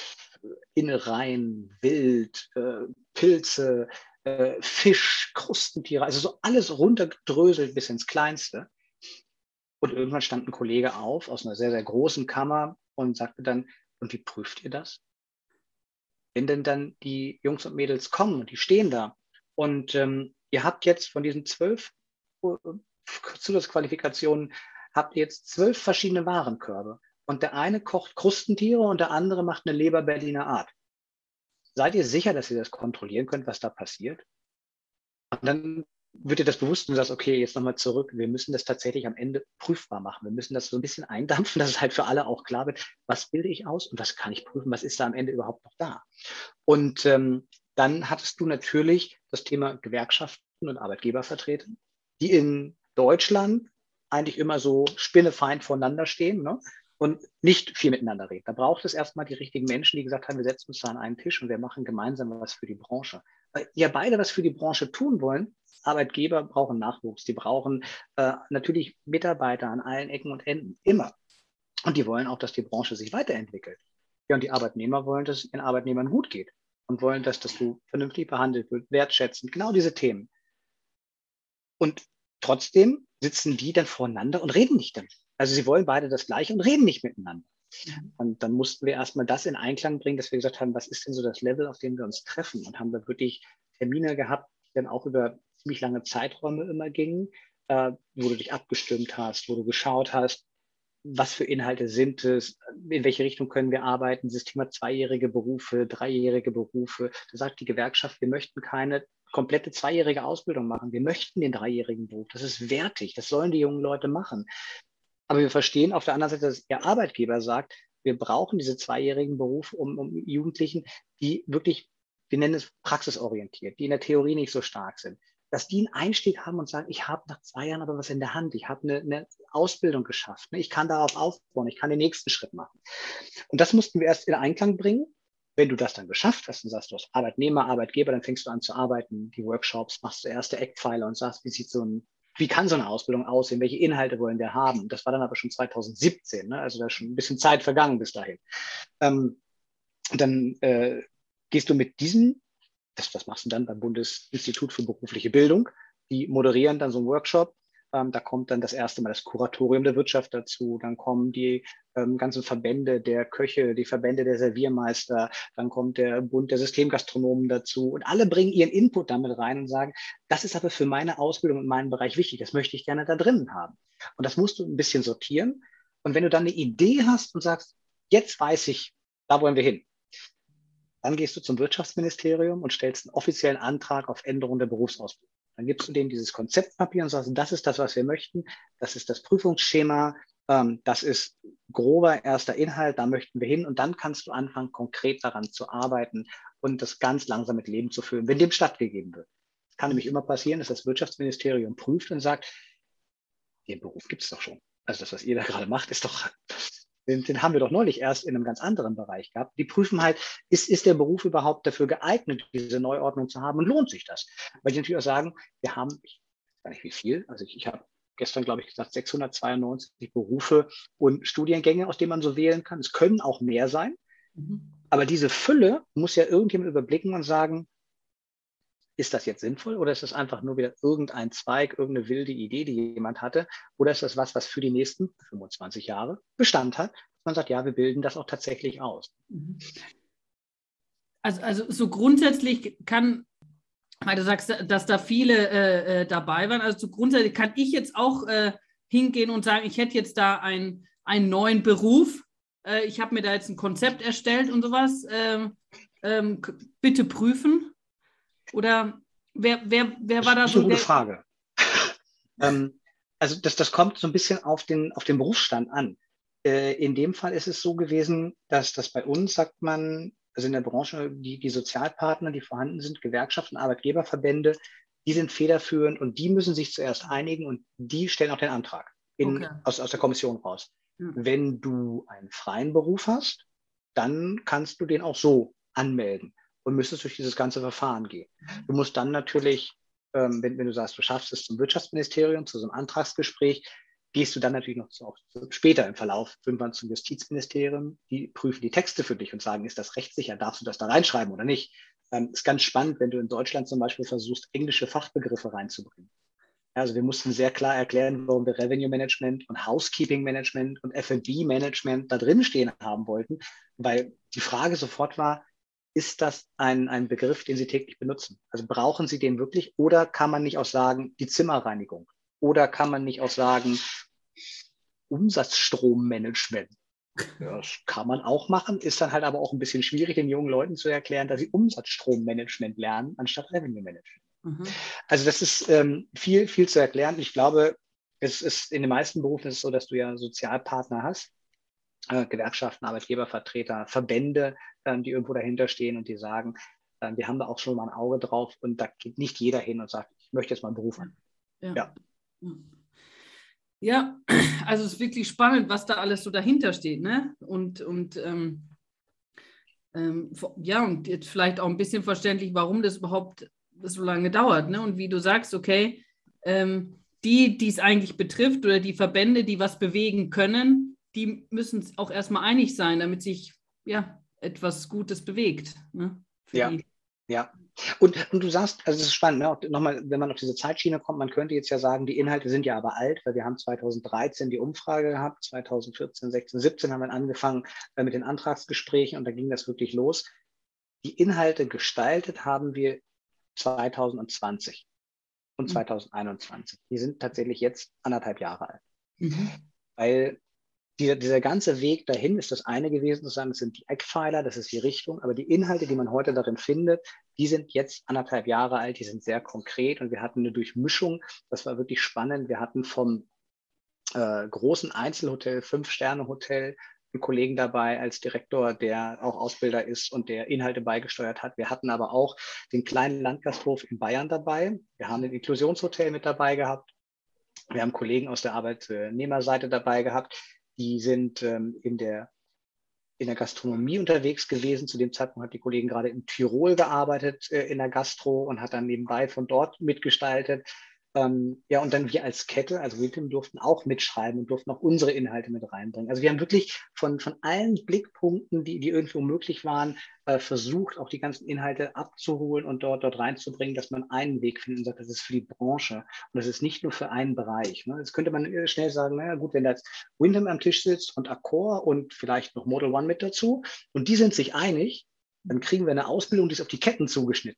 Innereien, Wild, Pilze, Fisch, Krustentiere, also so alles runtergedröselt bis ins Kleinste. Und irgendwann stand ein Kollege auf aus einer sehr, sehr großen Kammer und sagte dann, und wie prüft ihr das? Wenn denn dann die Jungs und Mädels kommen und die stehen da und ihr habt jetzt von diesen 12 Zusatzqualifikationen habt ihr jetzt 12 verschiedene Warenkörbe und der eine kocht Krustentiere und der andere macht eine Leber Berliner Art. Seid ihr sicher, dass ihr das kontrollieren könnt, was da passiert? Und dann wird dir das bewusst und du sagst, okay, jetzt nochmal zurück. Wir müssen das tatsächlich am Ende prüfbar machen. Wir müssen das so ein bisschen eindampfen, dass es halt für alle auch klar wird, was bilde ich aus und was kann ich prüfen, was ist da am Ende überhaupt noch da. Und dann hattest du natürlich das Thema Gewerkschaften und Arbeitgebervertreter, die in Deutschland eigentlich immer so spinnefeind voneinander stehen, ne? Und nicht viel miteinander reden. Da braucht es erstmal die richtigen Menschen, die gesagt haben, wir setzen uns da an einen Tisch und wir machen gemeinsam was für die Branche. Weil ja beide was für die Branche tun wollen. Arbeitgeber brauchen Nachwuchs, die brauchen natürlich Mitarbeiter an allen Ecken und Enden, immer. Und die wollen auch, dass die Branche sich weiterentwickelt. Ja, und die Arbeitnehmer wollen, dass es den Arbeitnehmern gut geht und wollen, dass du vernünftig behandelt wird, wertschätzend, genau diese Themen. Und trotzdem sitzen die dann voreinander und reden nicht damit. Also sie wollen beide das Gleiche und reden nicht miteinander. Und dann mussten wir erstmal das in Einklang bringen, dass wir gesagt haben, was ist denn so das Level, auf dem wir uns treffen? Und haben da wirklich Termine gehabt, die dann auch über ziemlich lange Zeiträume immer gingen, wo du dich abgestimmt hast, wo du geschaut hast, was für Inhalte sind es, in welche Richtung können wir arbeiten, dieses Thema 2-jährige Berufe, 3-jährige Berufe. Da sagt die Gewerkschaft, wir möchten keine komplette 2-jährige Ausbildung machen. Wir möchten den 3-jährigen Beruf. Das ist wertig. Das sollen die jungen Leute machen. Aber wir verstehen auf der anderen Seite, dass ihr Arbeitgeber sagt, wir brauchen diese 2-jährigen Berufe, um Jugendlichen, die wirklich, wir nennen es praxisorientiert, die in der Theorie nicht so stark sind, dass die einen Einstieg haben und sagen, ich habe nach 2 Jahren aber was in der Hand, ich habe eine Ausbildung geschafft, ne? Ich kann darauf aufbauen, ich kann den nächsten Schritt machen. Und das mussten wir erst in Einklang bringen. Wenn du das dann geschafft hast und sagst, du hast Arbeitnehmer, Arbeitgeber, dann fängst du an zu arbeiten, die Workshops, machst du erste Eckpfeiler und sagst, wie kann so eine Ausbildung aussehen, welche Inhalte wollen wir haben? Das war dann aber schon 2017, ne? Also da ist schon ein bisschen Zeit vergangen bis dahin. Dann gehst du mit diesem, das machst du dann beim Bundesinstitut für berufliche Bildung, die moderieren dann so einen Workshop. Da kommt dann das erste Mal das Kuratorium der Wirtschaft dazu, dann kommen die ganzen Verbände der Köche, die Verbände der Serviermeister, dann kommt der Bund der Systemgastronomen dazu und alle bringen ihren Input damit rein und sagen, das ist aber für meine Ausbildung und meinen Bereich wichtig, das möchte ich gerne da drinnen haben. Und das musst du ein bisschen sortieren. Und wenn du dann eine Idee hast und sagst, jetzt weiß ich, da wollen wir hin, dann gehst du zum Wirtschaftsministerium und stellst einen offiziellen Antrag auf Änderung der Berufsausbildung. Dann gibst du denen dieses Konzeptpapier und sagst, das ist das, was wir möchten. Das ist das Prüfungsschema. Das ist grober erster Inhalt. Da möchten wir hin. Und dann kannst du anfangen, konkret daran zu arbeiten und das ganz langsam mit Leben zu füllen, wenn dem stattgegeben wird. Es kann nämlich immer passieren, dass das Wirtschaftsministerium prüft und sagt, den Beruf gibt es doch schon. Also das, was ihr da gerade macht, ist doch, den haben wir doch neulich erst in einem ganz anderen Bereich gehabt. Die prüfen halt, ist der Beruf überhaupt dafür geeignet, diese Neuordnung zu haben und lohnt sich das? Weil die natürlich auch sagen, wir haben, ich weiß gar nicht wie viel, also ich habe gestern, glaube ich, gesagt, 692 Berufe und Studiengänge, aus denen man so wählen kann. Es können auch mehr sein, aber diese Fülle muss ja irgendjemand überblicken und sagen, ist das jetzt sinnvoll oder ist das einfach nur wieder irgendein Zweig, irgendeine wilde Idee, die jemand hatte? Oder ist das was für die nächsten 25 Jahre Bestand hat? Man sagt, ja, wir bilden das auch tatsächlich aus. Also so grundsätzlich kann, weil du sagst, dass da viele dabei waren, also so grundsätzlich kann ich jetzt auch hingehen und sagen, ich hätte jetzt da einen neuen Beruf. Ich habe mir da jetzt ein Konzept erstellt und sowas. Bitte prüfen. Oder wer war da so? Das ist eine gute Frage. Also das kommt so ein bisschen auf den Berufsstand an. In dem Fall ist es so gewesen, dass das bei uns, sagt man, also in der Branche, die Sozialpartner, die vorhanden sind, Gewerkschaften, Arbeitgeberverbände, die sind federführend und die müssen sich zuerst einigen und die stellen auch den Antrag aus der Kommission raus. Wenn du einen freien Beruf hast, dann kannst du den auch so anmelden und müsstest durch dieses ganze Verfahren gehen. Du musst dann natürlich, wenn du sagst, du schaffst es zum Wirtschaftsministerium, zu so einem Antragsgespräch, gehst du dann natürlich noch später im Verlauf irgendwann zum Justizministerium. Die prüfen die Texte für dich und sagen, ist das rechtssicher, darfst du das da reinschreiben oder nicht? Ist ganz spannend, wenn du in Deutschland zum Beispiel versuchst, englische Fachbegriffe reinzubringen. Also wir mussten sehr klar erklären, warum wir Revenue Management und Housekeeping Management und F&B Management da drin stehen haben wollten, weil die Frage sofort war, ist das ein Begriff, den Sie täglich benutzen? Also brauchen Sie den wirklich oder kann man nicht auch sagen, die Zimmerreinigung? Oder kann man nicht auch sagen, Umsatzstrommanagement? Ja, das kann man auch machen, ist dann halt aber auch ein bisschen schwierig, den jungen Leuten zu erklären, dass sie Umsatzstrommanagement lernen, anstatt Revenue Management. Also das ist viel, viel zu erklären. Ich glaube, es ist in den meisten Berufen ist es so, dass du ja Sozialpartner hast, Gewerkschaften, Arbeitgebervertreter, Verbände, die irgendwo dahinter stehen und die sagen, wir haben da auch schon mal ein Auge drauf und da geht nicht jeder hin und sagt, ich möchte jetzt mal einen Beruf an. Ja, also es ist wirklich spannend, was da alles so dahinter steht, ne? Und jetzt vielleicht auch ein bisschen verständlich, warum das überhaupt so lange dauert, ne? Und wie du sagst, okay, die es eigentlich betrifft oder die Verbände, die was bewegen können, die müssen auch erstmal einig sein, damit sich etwas Gutes bewegt. Ne? Ja. Und du sagst, also es ist spannend, ne? Nochmal, wenn man auf diese Zeitschiene kommt, man könnte jetzt ja sagen, die Inhalte sind ja aber alt, weil wir haben 2013 die Umfrage gehabt, 2014, 16, 17 haben wir angefangen mit den Antragsgesprächen und da ging das wirklich los. Die Inhalte gestaltet haben wir 2020 und 2021. Die sind tatsächlich jetzt 1,5 Jahre alt. Weil dieser ganze Weg dahin ist das eine gewesen, zu sagen, das sind die Eckpfeiler, das ist die Richtung, aber die Inhalte, die man heute darin findet, die sind jetzt 1,5 Jahre alt, die sind sehr konkret und wir hatten eine Durchmischung, das war wirklich spannend. Wir hatten vom großen Einzelhotel, 5-Sterne-Hotel, einen Kollegen dabei als Direktor, der auch Ausbilder ist und der Inhalte beigesteuert hat. Wir hatten aber auch den kleinen Landgasthof in Bayern dabei. Wir haben ein Inklusionshotel mit dabei gehabt. Wir haben Kollegen aus der Arbeitnehmerseite dabei gehabt. Die sind in der Gastronomie unterwegs gewesen. Zu dem Zeitpunkt hat die Kollegin gerade in Tirol gearbeitet, in der Gastro und hat dann nebenbei von dort mitgestaltet. Und dann wir als Kette, also Wiltim, durften auch mitschreiben und durften auch unsere Inhalte mit reinbringen. Also wir haben wirklich von allen Blickpunkten, die irgendwie möglich waren, versucht, auch die ganzen Inhalte abzuholen und dort reinzubringen, dass man einen Weg findet und sagt, das ist für die Branche und das ist nicht nur für einen Bereich. Ne? Jetzt könnte man schnell sagen, naja gut, wenn da jetzt Wiltim am Tisch sitzt und Accor und vielleicht noch Model One mit dazu und die sind sich einig, dann kriegen wir eine Ausbildung, die ist auf die Ketten zugeschnitten.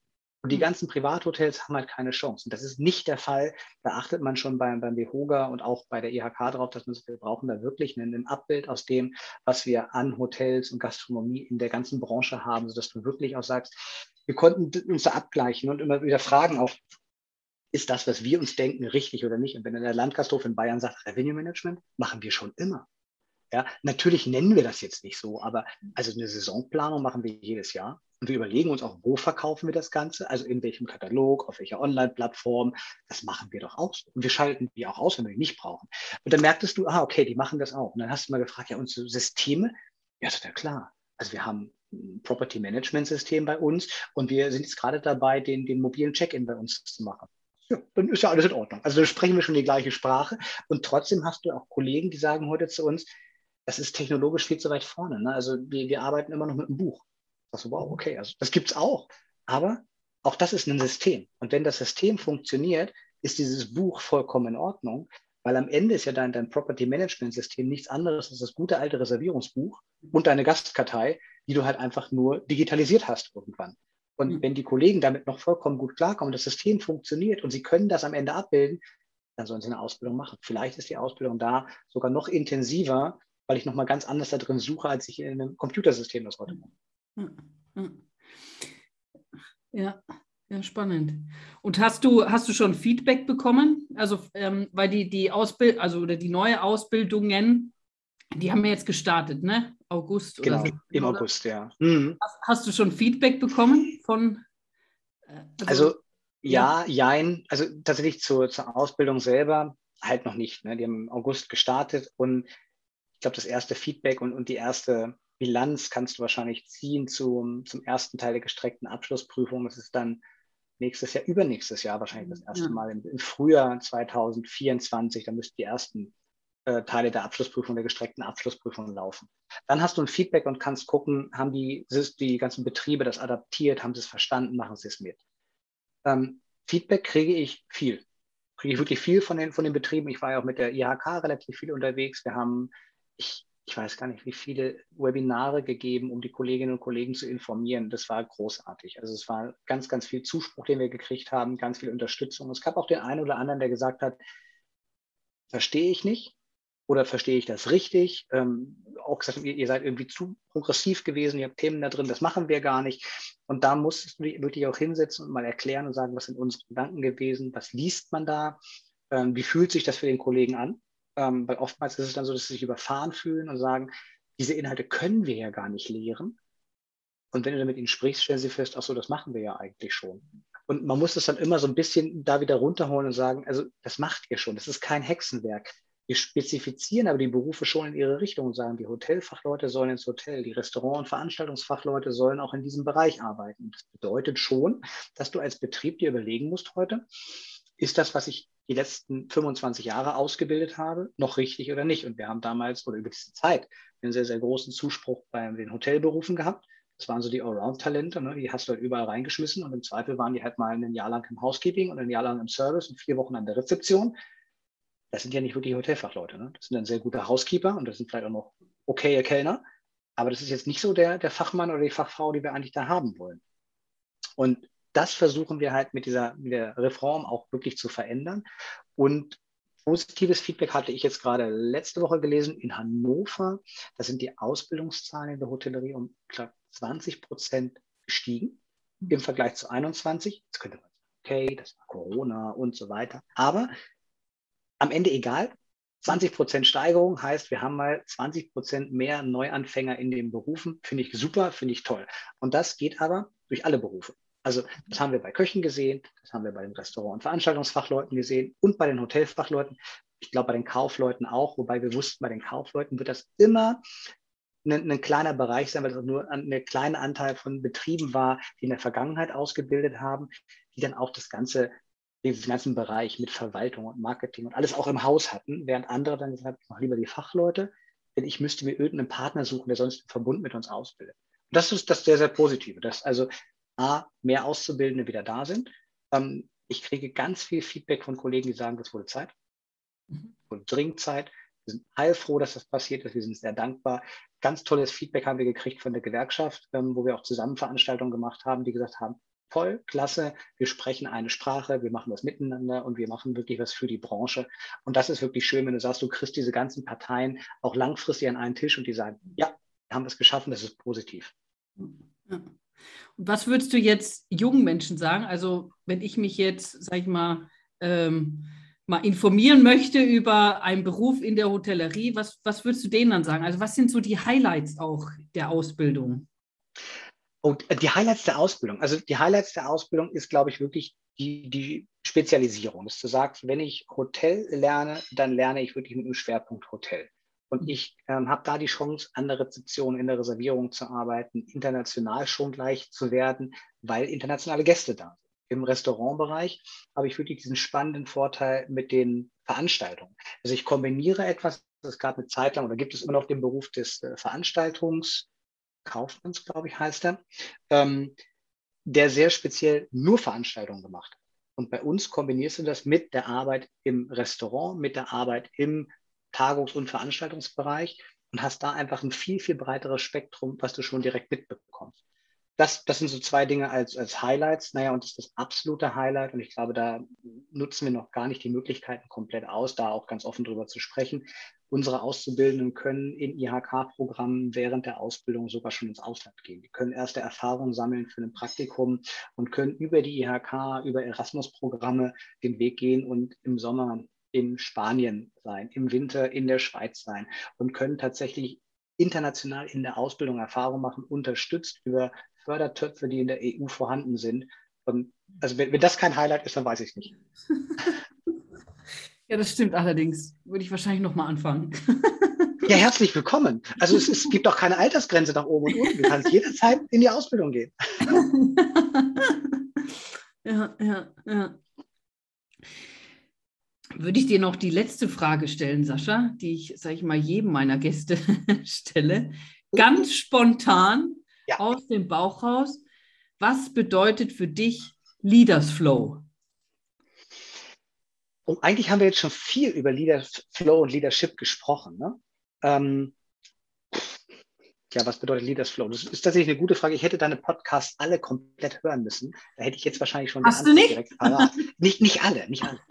Und die ganzen Privathotels haben halt keine Chance. Und das ist nicht der Fall. Da achtet man schon beim DEHOGA und auch bei der IHK drauf, dass man sagt, wir brauchen da wirklich ein Abbild aus dem, was wir an Hotels und Gastronomie in der ganzen Branche haben, sodass du wirklich auch sagst, wir konnten uns da abgleichen und immer wieder fragen auch, ist das, was wir uns denken, richtig oder nicht? Und wenn dann der Landgasthof in Bayern sagt, Revenue Management, machen wir schon immer. Ja, natürlich nennen wir das jetzt nicht so, aber also eine Saisonplanung machen wir jedes Jahr. Und wir überlegen uns auch, wo verkaufen wir das Ganze, also in welchem Katalog, auf welcher Online-Plattform. Das machen wir doch auch so. Und wir schalten die auch aus, wenn wir die nicht brauchen. Und dann merktest du, okay, die machen das auch. Und dann hast du mal gefragt, ja, unsere Systeme? Ja, ist ja klar. Also wir haben ein Property Management System bei uns und wir sind jetzt gerade dabei, den mobilen Check-in bei uns zu machen. Ja, dann ist ja alles in Ordnung. Also dann sprechen wir schon die gleiche Sprache. Und trotzdem hast du auch Kollegen, die sagen heute zu uns, das ist technologisch viel zu weit vorne. Ne? Also wir arbeiten immer noch mit einem Buch. Das wow, okay, also das gibt es auch. Aber auch das ist ein System. Und wenn das System funktioniert, ist dieses Buch vollkommen in Ordnung, weil am Ende ist ja dein Property Management System nichts anderes als das gute alte Reservierungsbuch und deine Gastkartei, die du halt einfach nur digitalisiert hast irgendwann. Und wenn die Kollegen damit noch vollkommen gut klarkommen, das System funktioniert und sie können das am Ende abbilden, dann sollen sie eine Ausbildung machen. Vielleicht ist die Ausbildung da sogar noch intensiver, weil ich nochmal ganz anders da drin suche, als ich in einem Computersystem das heute mache. Ja, spannend. Und hast du schon Feedback bekommen? Also, weil die Ausbildung, also oder die neue Ausbildungen, die haben wir jetzt gestartet, ne? August oder genau, September, im August, ja. Mhm. Hast du schon Feedback bekommen von? Also ja, jein. Also tatsächlich zur Ausbildung selber halt noch nicht. Ne? Die haben im August gestartet und ich glaube, das erste Feedback und die erste Bilanz kannst du wahrscheinlich ziehen zum ersten Teil der gestreckten Abschlussprüfung. Das ist dann nächstes Jahr, übernächstes Jahr wahrscheinlich das erste Mal im Frühjahr 2024. Da müssten die ersten Teile der Abschlussprüfung, der gestreckten Abschlussprüfung laufen. Dann hast du ein Feedback und kannst gucken, haben die ganzen Betriebe das adaptiert, haben sie es verstanden, machen sie es mit. Feedback kriege ich viel. Kriege ich wirklich viel von den Betrieben. Ich war ja auch mit der IHK relativ viel unterwegs. Wir haben, ich weiß gar nicht, wie viele Webinare gegeben, um die Kolleginnen und Kollegen zu informieren. Das war großartig. Also es war ganz, ganz viel Zuspruch, den wir gekriegt haben, ganz viel Unterstützung. Es gab auch den einen oder anderen, der gesagt hat, verstehe ich nicht oder verstehe ich das richtig? Auch gesagt, ihr seid irgendwie zu progressiv gewesen, ihr habt Themen da drin, das machen wir gar nicht. Und da musstest du dich wirklich auch hinsetzen und mal erklären und sagen, was sind unsere Gedanken gewesen, was liest man da, wie fühlt sich das für den Kollegen an? Weil oftmals ist es dann so, dass sie sich überfahren fühlen und sagen, diese Inhalte können wir ja gar nicht lehren. Und wenn du dann mit ihnen sprichst, stellen sie fest, ach so, das machen wir ja eigentlich schon. Und man muss das dann immer so ein bisschen da wieder runterholen und sagen, also das macht ihr schon, das ist kein Hexenwerk. Wir spezifizieren aber die Berufe schon in ihre Richtung und sagen, die Hotelfachleute sollen ins Hotel, die Restaurant- und Veranstaltungsfachleute sollen auch in diesem Bereich arbeiten. Das bedeutet schon, dass du als Betrieb dir überlegen musst heute, ist das, was ich die letzten 25 Jahre ausgebildet habe, noch richtig oder nicht? Und wir haben damals oder über diese Zeit einen sehr, sehr großen Zuspruch bei den Hotelberufen gehabt. Das waren so die Allround-Talente, ne? Die hast du halt überall reingeschmissen und im Zweifel waren die halt mal ein Jahr lang im Housekeeping und ein Jahr lang im Service und 4 Wochen an der Rezeption. Das sind ja nicht wirklich Hotelfachleute. Ne? Das sind dann sehr gute Housekeeper und das sind vielleicht auch noch okaye Kellner. Aber das ist jetzt nicht so der Fachmann oder die Fachfrau, die wir eigentlich da haben wollen. Und das versuchen wir halt mit der Reform auch wirklich zu verändern. Und positives Feedback hatte ich jetzt gerade letzte Woche gelesen in Hannover. Da sind die Ausbildungszahlen in der Hotellerie um, ich glaube, 20% gestiegen im Vergleich zu 21. Jetzt könnte man sagen, okay, das war Corona und so weiter. Aber am Ende egal. 20% Steigerung heißt, wir haben mal 20% mehr Neuanfänger in den Berufen. Finde ich super, finde ich toll. Und das geht aber durch alle Berufe. Also das haben wir bei Köchen gesehen, das haben wir bei den Restaurant- und Veranstaltungsfachleuten gesehen und bei den Hotelfachleuten. Ich glaube bei den Kaufleuten auch, wobei wir wussten, bei den Kaufleuten wird das immer ein kleiner Bereich sein, weil das nur ein kleiner Anteil von Betrieben war, die in der Vergangenheit ausgebildet haben, die dann auch diesen ganzen Bereich mit Verwaltung und Marketing und alles auch im Haus hatten, während andere dann gesagt haben, ich mache lieber die Fachleute, denn ich müsste mir irgendeinen Partner suchen, der sonst im Verbund mit uns ausbildet. Und das ist das sehr, sehr Positive, dass also mehr Auszubildende wieder da sind. Ich kriege ganz viel Feedback von Kollegen, die sagen, das wurde Zeit, wurde dringend Zeit. Wir sind heilfroh, dass das passiert ist. Wir sind sehr dankbar. Ganz tolles Feedback haben wir gekriegt von der Gewerkschaft, wo wir auch zusammen Veranstaltungen gemacht haben, die gesagt haben, toll, klasse, wir sprechen eine Sprache, wir machen das miteinander und wir machen wirklich was für die Branche. Und das ist wirklich schön, wenn du sagst, du kriegst diese ganzen Parteien auch langfristig an einen Tisch und die sagen, ja, wir haben es geschaffen, das ist positiv. Ja. Und was würdest du jetzt jungen Menschen sagen? Also wenn ich mich jetzt, sag ich mal informieren möchte über einen Beruf in der Hotellerie, was würdest du denen dann sagen? Also was sind so die Highlights auch der Ausbildung? Und die Highlights der Ausbildung, also die Highlights der Ausbildung ist, glaube ich, wirklich die Spezialisierung. Dass du sagst, wenn ich Hotel lerne, dann lerne ich wirklich mit einem Schwerpunkt Hotel. Und ich habe da die Chance, an der Rezeption, in der Reservierung zu arbeiten, international schon gleich zu werden, weil internationale Gäste da sind. Im Restaurantbereich habe ich wirklich diesen spannenden Vorteil mit den Veranstaltungen. Also ich kombiniere etwas, das gab eine Zeit lang, oder gibt es immer noch den Beruf des Veranstaltungskaufmanns, glaube ich, heißt er, der sehr speziell nur Veranstaltungen gemacht hat. Und bei uns kombinierst du das mit der Arbeit im Restaurant, mit der Arbeit im Tagungs- und Veranstaltungsbereich und hast da einfach ein viel, viel breiteres Spektrum, was du schon direkt mitbekommst. Das sind so zwei Dinge als Highlights. Naja, und das ist das absolute Highlight. Und ich glaube, da nutzen wir noch gar nicht die Möglichkeiten komplett aus, da auch ganz offen drüber zu sprechen. Unsere Auszubildenden können in IHK-Programmen während der Ausbildung sogar schon ins Ausland gehen. Die können erste Erfahrungen sammeln für ein Praktikum und können über die IHK, über Erasmus-Programme den Weg gehen und im Sommer in Spanien sein, im Winter in der Schweiz sein und können tatsächlich international in der Ausbildung Erfahrung machen, unterstützt über Fördertöpfe, die in der EU vorhanden sind. Also wenn das kein Highlight ist, dann weiß ich es nicht. Ja, das stimmt allerdings. Würde ich wahrscheinlich nochmal anfangen. Ja, herzlich willkommen. Also es gibt auch keine Altersgrenze nach oben und unten. Du kannst jederzeit in die Ausbildung gehen. Ja. Würde ich dir noch die letzte Frage stellen, Sascha, die ich, sage ich mal, jedem meiner Gäste stelle. Ganz spontan Ja. aus dem Bauch raus. Was bedeutet für dich Leaders Flow? Und eigentlich haben wir jetzt schon viel über Leaderflow und Leadership gesprochen. Ne? Ja, was bedeutet Leaders Flow? Das ist tatsächlich eine gute Frage. Ich hätte deine Podcasts alle komplett hören müssen. Da hätte ich jetzt wahrscheinlich schon die Antwort direkt parat. Nicht alle.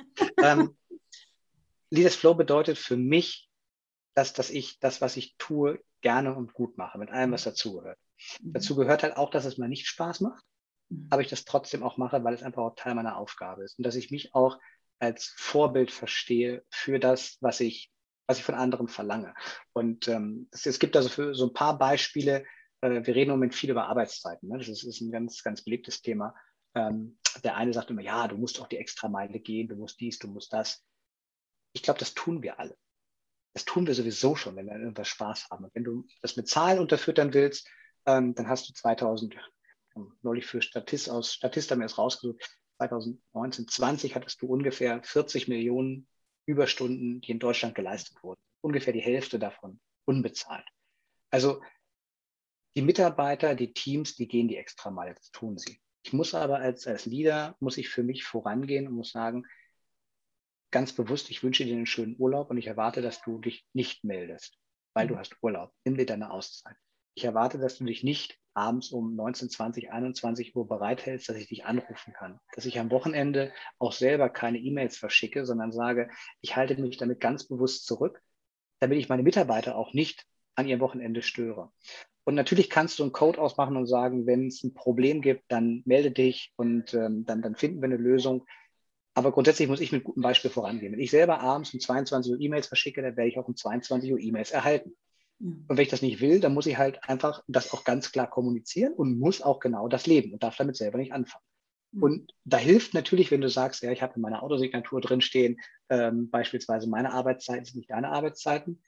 Leaders Flow bedeutet für mich, dass ich das, was ich tue, gerne und gut mache, mit allem, was dazugehört. Dazu gehört halt auch, dass es mir nicht Spaß macht, aber ich das trotzdem auch mache, weil es einfach auch Teil meiner Aufgabe ist. Und dass ich mich auch als Vorbild verstehe für das, was ich von anderen verlange. Und es gibt also so ein paar Beispiele. Wir reden im Moment viel über Arbeitszeiten. Ne? Das ist ein ganz, ganz beliebtes Thema. Der eine sagt immer, ja, du musst auch die Extrameile gehen, du musst dies, du musst das. Ich glaube, das tun wir alle. Das tun wir sowieso schon, wenn wir an irgendwas Spaß haben. Und wenn du das mit Zahlen unterfüttern willst, dann hast du 2000, neulich für Statista haben wir es rausgesucht, 2019, 20 hattest du ungefähr 40 Millionen Überstunden, die in Deutschland geleistet wurden. Ungefähr die Hälfte davon unbezahlt. Also die Mitarbeiter, die Teams, die gehen die Extrameile, das tun sie. Ich muss aber als Leader, muss ich für mich vorangehen und muss sagen, ganz bewusst, ich wünsche dir einen schönen Urlaub und ich erwarte, dass du dich nicht meldest, weil du hast Urlaub. Nimm dir deine Auszeit. Ich erwarte, dass du dich nicht abends um 19, 20, 21 Uhr bereithältst, dass ich dich anrufen kann. Dass ich am Wochenende auch selber keine E-Mails verschicke, sondern sage, ich halte mich damit ganz bewusst zurück, damit ich meine Mitarbeiter auch nicht an ihrem Wochenende störe. Und natürlich kannst du einen Code ausmachen und sagen, wenn es ein Problem gibt, dann melde dich und dann finden wir eine Lösung. Aber grundsätzlich muss ich mit gutem Beispiel vorangehen. Wenn ich selber abends um 22 Uhr E-Mails verschicke, dann werde ich auch um 22 Uhr E-Mails erhalten. Und wenn ich das nicht will, dann muss ich halt einfach das auch ganz klar kommunizieren und muss auch genau das leben und darf damit selber nicht anfangen. Und da hilft natürlich, wenn du sagst, ja, ich habe in meiner Autosignatur drinstehen, beispielsweise meine Arbeitszeiten sind nicht deine Arbeitszeiten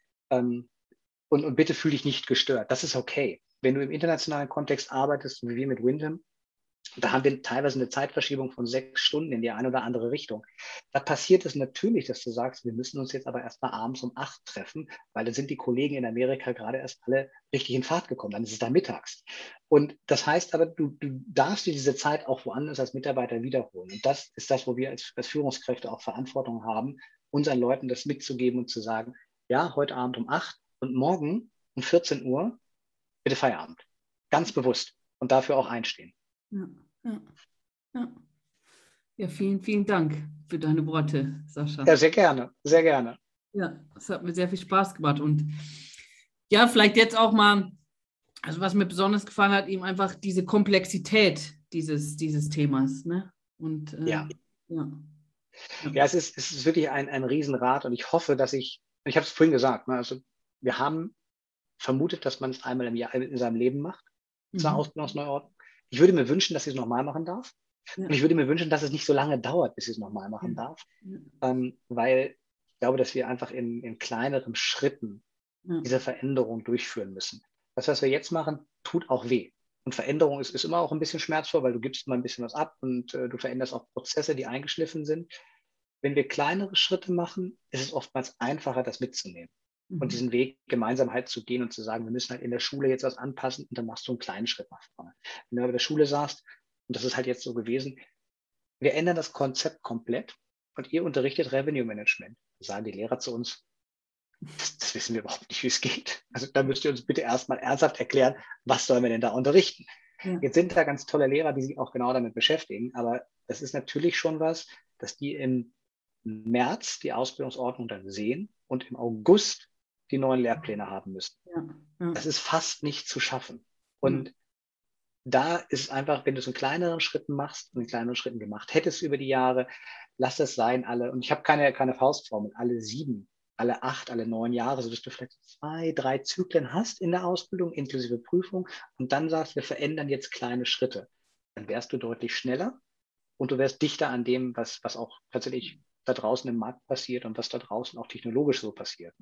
und bitte fühle dich nicht gestört. Das ist okay. Wenn du im internationalen Kontext arbeitest, wie wir mit Wyndham, da haben wir teilweise eine Zeitverschiebung von 6 Stunden in die eine oder andere Richtung. Da passiert es natürlich, dass du sagst, wir müssen uns jetzt aber erst mal abends um 8 treffen, weil dann sind die Kollegen in Amerika gerade erst alle richtig in Fahrt gekommen. Dann ist es da mittags. Und das heißt aber, du darfst dir diese Zeit auch woanders als Mitarbeiter wiederholen. Und das ist das, wo wir als Führungskräfte auch Verantwortung haben, unseren Leuten das mitzugeben und zu sagen, ja, heute Abend um 8 und morgen um 14 Uhr bitte Feierabend. Ganz bewusst und dafür auch einstehen. Ja. Ja. Ja, vielen, vielen Dank für deine Worte, Sascha. Ja, sehr gerne, sehr gerne. Ja, es hat mir sehr viel Spaß gemacht. Und ja, vielleicht jetzt auch mal, also was mir besonders gefallen hat, eben einfach diese Komplexität dieses Themas. Ne? Und Ja. ja. Ja, es ist wirklich ein Riesenrad und ich hoffe, ich habe es vorhin gesagt, ne, also wir haben vermutet, dass man es einmal im Jahr in seinem Leben macht, zur Mhm. Ausbildungsneuordnung. Ich würde mir wünschen, dass ich es nochmal machen darf. Und Ja. ich würde mir wünschen, dass es nicht so lange dauert, bis ich es nochmal machen darf, Ja. weil ich glaube, dass wir einfach in kleineren Schritten Ja. diese Veränderung durchführen müssen. Das, was wir jetzt machen, tut auch weh. Und Veränderung ist immer auch ein bisschen schmerzvoll, weil du gibst mal ein bisschen was ab und du veränderst auch Prozesse, die eingeschliffen sind. Wenn wir kleinere Schritte machen, ist es oftmals einfacher, das mitzunehmen und Mhm. diesen Weg gemeinsam halt zu gehen und zu sagen, wir müssen halt in der Schule jetzt was anpassen und dann machst du einen kleinen Schritt nach vorne. Wenn du bei der Schule sagst, und das ist halt jetzt so gewesen, wir ändern das Konzept komplett und ihr unterrichtet Revenue Management. Da sagen die Lehrer zu uns, das wissen wir überhaupt nicht, wie es geht. Also da müsst ihr uns bitte erstmal ernsthaft erklären, was sollen wir denn da unterrichten? Ja. Jetzt sind da ganz tolle Lehrer, die sich auch genau damit beschäftigen, aber das ist natürlich schon was, dass die im März die Ausbildungsordnung dann sehen und im August die neuen Lehrpläne haben müssen. Ja. Ja. Das ist fast nicht zu schaffen. Ja. Und da ist es einfach, wenn du es in kleineren Schritten machst und in kleineren Schritten gemacht hättest über die Jahre, lass es sein, und ich habe keine Faustformel, alle 7, alle 8, alle 9 Jahre, sodass du vielleicht 2, 3 Zyklen hast in der Ausbildung, inklusive Prüfung, und dann sagst, wir verändern jetzt kleine Schritte. Dann wärst du deutlich schneller und du wärst dichter an dem, was auch tatsächlich da draußen im Markt passiert und was da draußen auch technologisch so passiert.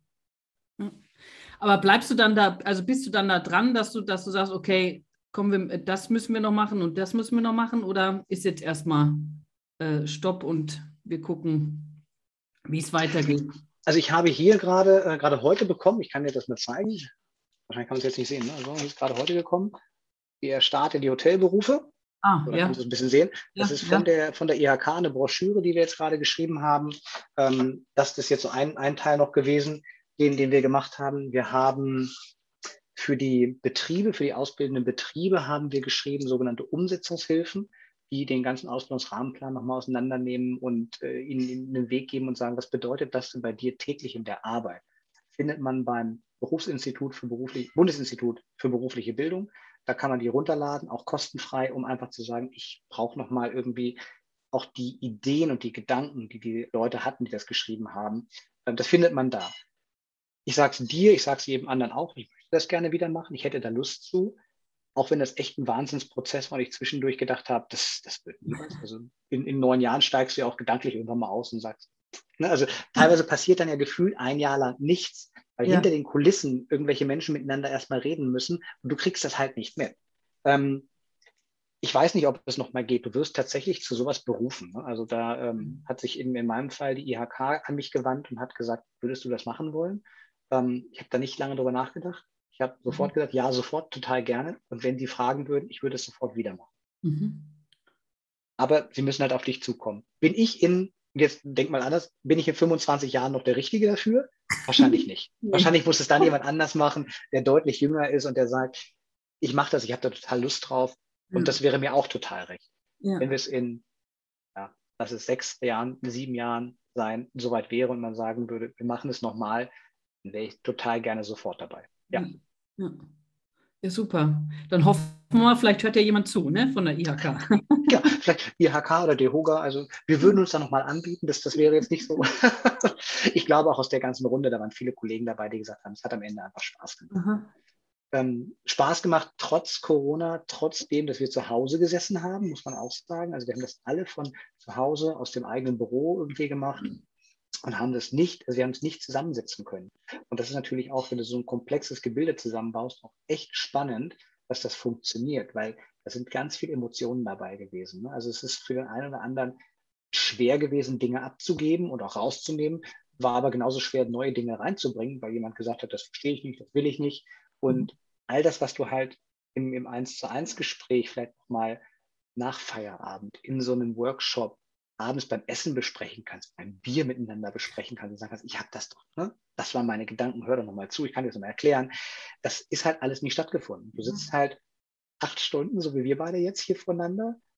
Ja. Aber bleibst du dann da, also bist du dann da dran, dass du sagst, okay, komm, das müssen wir noch machen und das müssen wir noch machen, oder ist jetzt erstmal Stopp und wir gucken, wie es weitergeht? Also ich habe hier gerade heute bekommen, ich kann dir das mal zeigen, wahrscheinlich kann man es jetzt nicht sehen, ne? Also ist gerade heute gekommen, der Start in die Hotelberufe. Ah, So, da ja, kannst du es ein bisschen sehen. Das ja, ist ja. von der IHK eine Broschüre, die wir jetzt gerade geschrieben haben. Das ist jetzt so ein Teil noch gewesen, den wir gemacht haben. Wir haben für die Betriebe, für die ausbildenden Betriebe haben wir geschrieben sogenannte Umsetzungshilfen, die den ganzen Ausbildungsrahmenplan nochmal auseinandernehmen und ihnen einen Weg geben und sagen, was bedeutet das denn bei dir täglich in der Arbeit? Findet man beim Bundesinstitut für berufliche Bildung. Da kann man die runterladen, auch kostenfrei, um einfach zu sagen, ich brauche nochmal irgendwie auch die Ideen und die Gedanken, die die Leute hatten, die das geschrieben haben. Das findet man da. Ich sage es dir, ich sage es jedem anderen auch, ich möchte das gerne wieder machen, ich hätte da Lust zu, auch wenn das echt ein Wahnsinnsprozess war und ich zwischendurch gedacht habe, das wird nie was. Also in 9 Jahren steigst du ja auch gedanklich irgendwann mal aus und sagst, ne, also teilweise passiert dann ja gefühlt ein Jahr lang nichts, weil Ja. hinter den Kulissen irgendwelche Menschen miteinander erstmal reden müssen und du kriegst das halt nicht mit. Ich weiß nicht, ob es nochmal geht. Du wirst tatsächlich zu sowas berufen. Ne? Also da hat sich in meinem Fall die IHK an mich gewandt und hat gesagt, würdest du das machen wollen? Ich habe da nicht lange drüber nachgedacht. Ich habe sofort gesagt, ja, sofort, total gerne. Und wenn die fragen würden, ich würde es sofort wieder machen. Mhm. Aber sie müssen halt auf dich zukommen. Jetzt denk mal anders, bin ich in 25 Jahren noch der Richtige dafür? Wahrscheinlich nicht. Nee. Wahrscheinlich muss es dann jemand anders machen, der deutlich jünger ist und der sagt, ich mache das, ich habe da total Lust drauf. Und Ja. das wäre mir auch total recht. Ja. Wenn wir es lass es 6 Jahren, 7 Jahren sein, soweit wäre und man sagen würde, wir machen es nochmal, dann wäre ich total gerne sofort dabei. Ja. Ja. Ja. Ja, super. Dann hoffen wir mal, vielleicht hört ja jemand zu, ne, von der IHK. Ja, vielleicht IHK oder DEHOGA, also wir würden uns da nochmal anbieten, das wäre jetzt nicht so. Ich glaube auch aus der ganzen Runde, da waren viele Kollegen dabei, die gesagt haben, es hat am Ende einfach Spaß gemacht. Aha. Spaß gemacht, trotz Corona, trotzdem, dass wir zu Hause gesessen haben, muss man auch sagen. Also wir haben das alle von zu Hause aus dem eigenen Büro irgendwie gemacht und haben das nicht, also wir haben es nicht zusammensetzen können. Und das ist natürlich auch, wenn du so ein komplexes Gebilde zusammenbaust, auch echt spannend, dass das funktioniert, weil da sind ganz viele Emotionen dabei gewesen. Ne? Also es ist für den einen oder anderen schwer gewesen, Dinge abzugeben und auch rauszunehmen, war aber genauso schwer, neue Dinge reinzubringen, weil jemand gesagt hat, das verstehe ich nicht, das will ich nicht. Mhm. Und all das, was du halt im 1:1 Gespräch vielleicht nochmal nach Feierabend in so einem Workshop abends beim Essen besprechen kannst, beim Bier miteinander besprechen kannst und sagen kannst, ich habe das doch, ne? Das waren meine Gedanken, hör doch nochmal zu, ich kann dir das nochmal erklären. Das ist halt alles nicht stattgefunden. Du sitzt halt 8 Stunden, so wie wir beide jetzt hier voneinander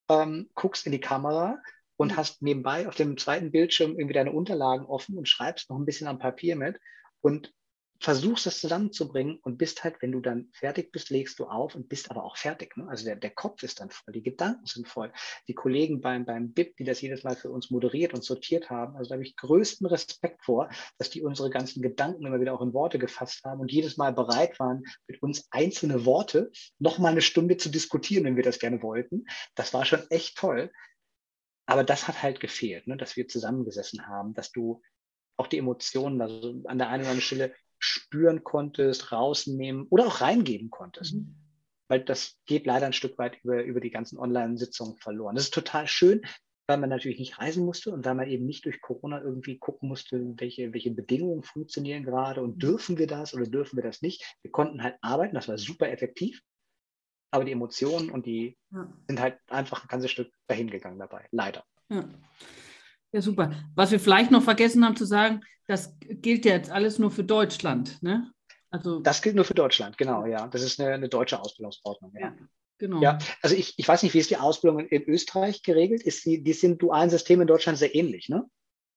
guckst in die Kamera und hast nebenbei auf dem zweiten Bildschirm irgendwie deine Unterlagen offen und schreibst noch ein bisschen am Papier mit und versuchst das zusammenzubringen und bist halt, wenn du dann fertig bist, legst du auf und bist aber auch fertig. Ne? Also der Kopf ist dann voll, die Gedanken sind voll. Die Kollegen beim BIP, die das jedes Mal für uns moderiert und sortiert haben, also da habe ich größten Respekt vor, dass die unsere ganzen Gedanken immer wieder auch in Worte gefasst haben und jedes Mal bereit waren, mit uns einzelne Worte noch mal eine Stunde zu diskutieren, wenn wir das gerne wollten. Das war schon echt toll. Aber das hat halt gefehlt, ne? Dass wir zusammengesessen haben, dass du auch die Emotionen, also an der einen oder anderen Stelle spüren konntest, rausnehmen oder auch reingeben konntest. Weil das geht leider ein Stück weit über die ganzen Online-Sitzungen verloren. Das ist total schön, weil man natürlich nicht reisen musste und weil man eben nicht durch Corona irgendwie gucken musste, welche Bedingungen funktionieren gerade und dürfen wir das oder dürfen wir das nicht. Wir konnten halt arbeiten, das war super effektiv, aber die Emotionen und die sind halt einfach ein ganzes Stück dahingegangen dabei, leider. Ja, super. Was wir vielleicht noch vergessen haben zu sagen, das gilt ja jetzt alles nur für Deutschland, ne? Also, das gilt nur für Deutschland, genau, ja. Das ist eine deutsche Ausbildungsordnung, ja. Genau. Ja, also ich weiß nicht, wie ist die Ausbildung in Österreich geregelt? Die sind dualen Systeme in Deutschland sehr ähnlich, ne?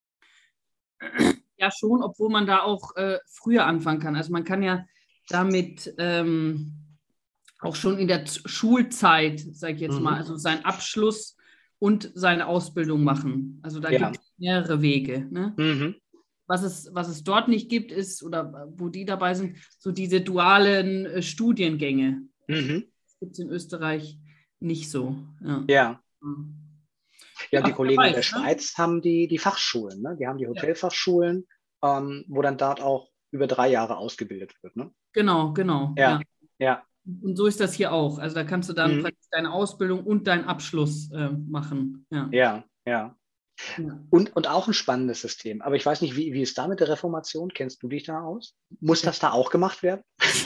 Ja, schon, obwohl man da auch früher anfangen kann. Also man kann ja damit auch schon in der Schulzeit, sage ich jetzt mal, also seinen Abschluss und seine Ausbildung machen. Also da gibt es mehrere Wege. Ne? Was es dort nicht gibt, ist, oder wo die dabei sind, so diese dualen Studiengänge. Das gibt es in Österreich nicht so. Ja, die Kollegen in der Schweiz haben die Fachschulen, ne? Die haben die Hotelfachschulen, wo dann dort auch über 3 Jahre ausgebildet wird. Ne? Genau. Ja. Und so ist das hier auch. Also da kannst du dann praktisch deine Ausbildung und deinen Abschluss machen. Ja. Und auch ein spannendes System. Aber ich weiß nicht, wie ist da mit der Reformation? Kennst du dich da aus? Muss das da auch gemacht werden?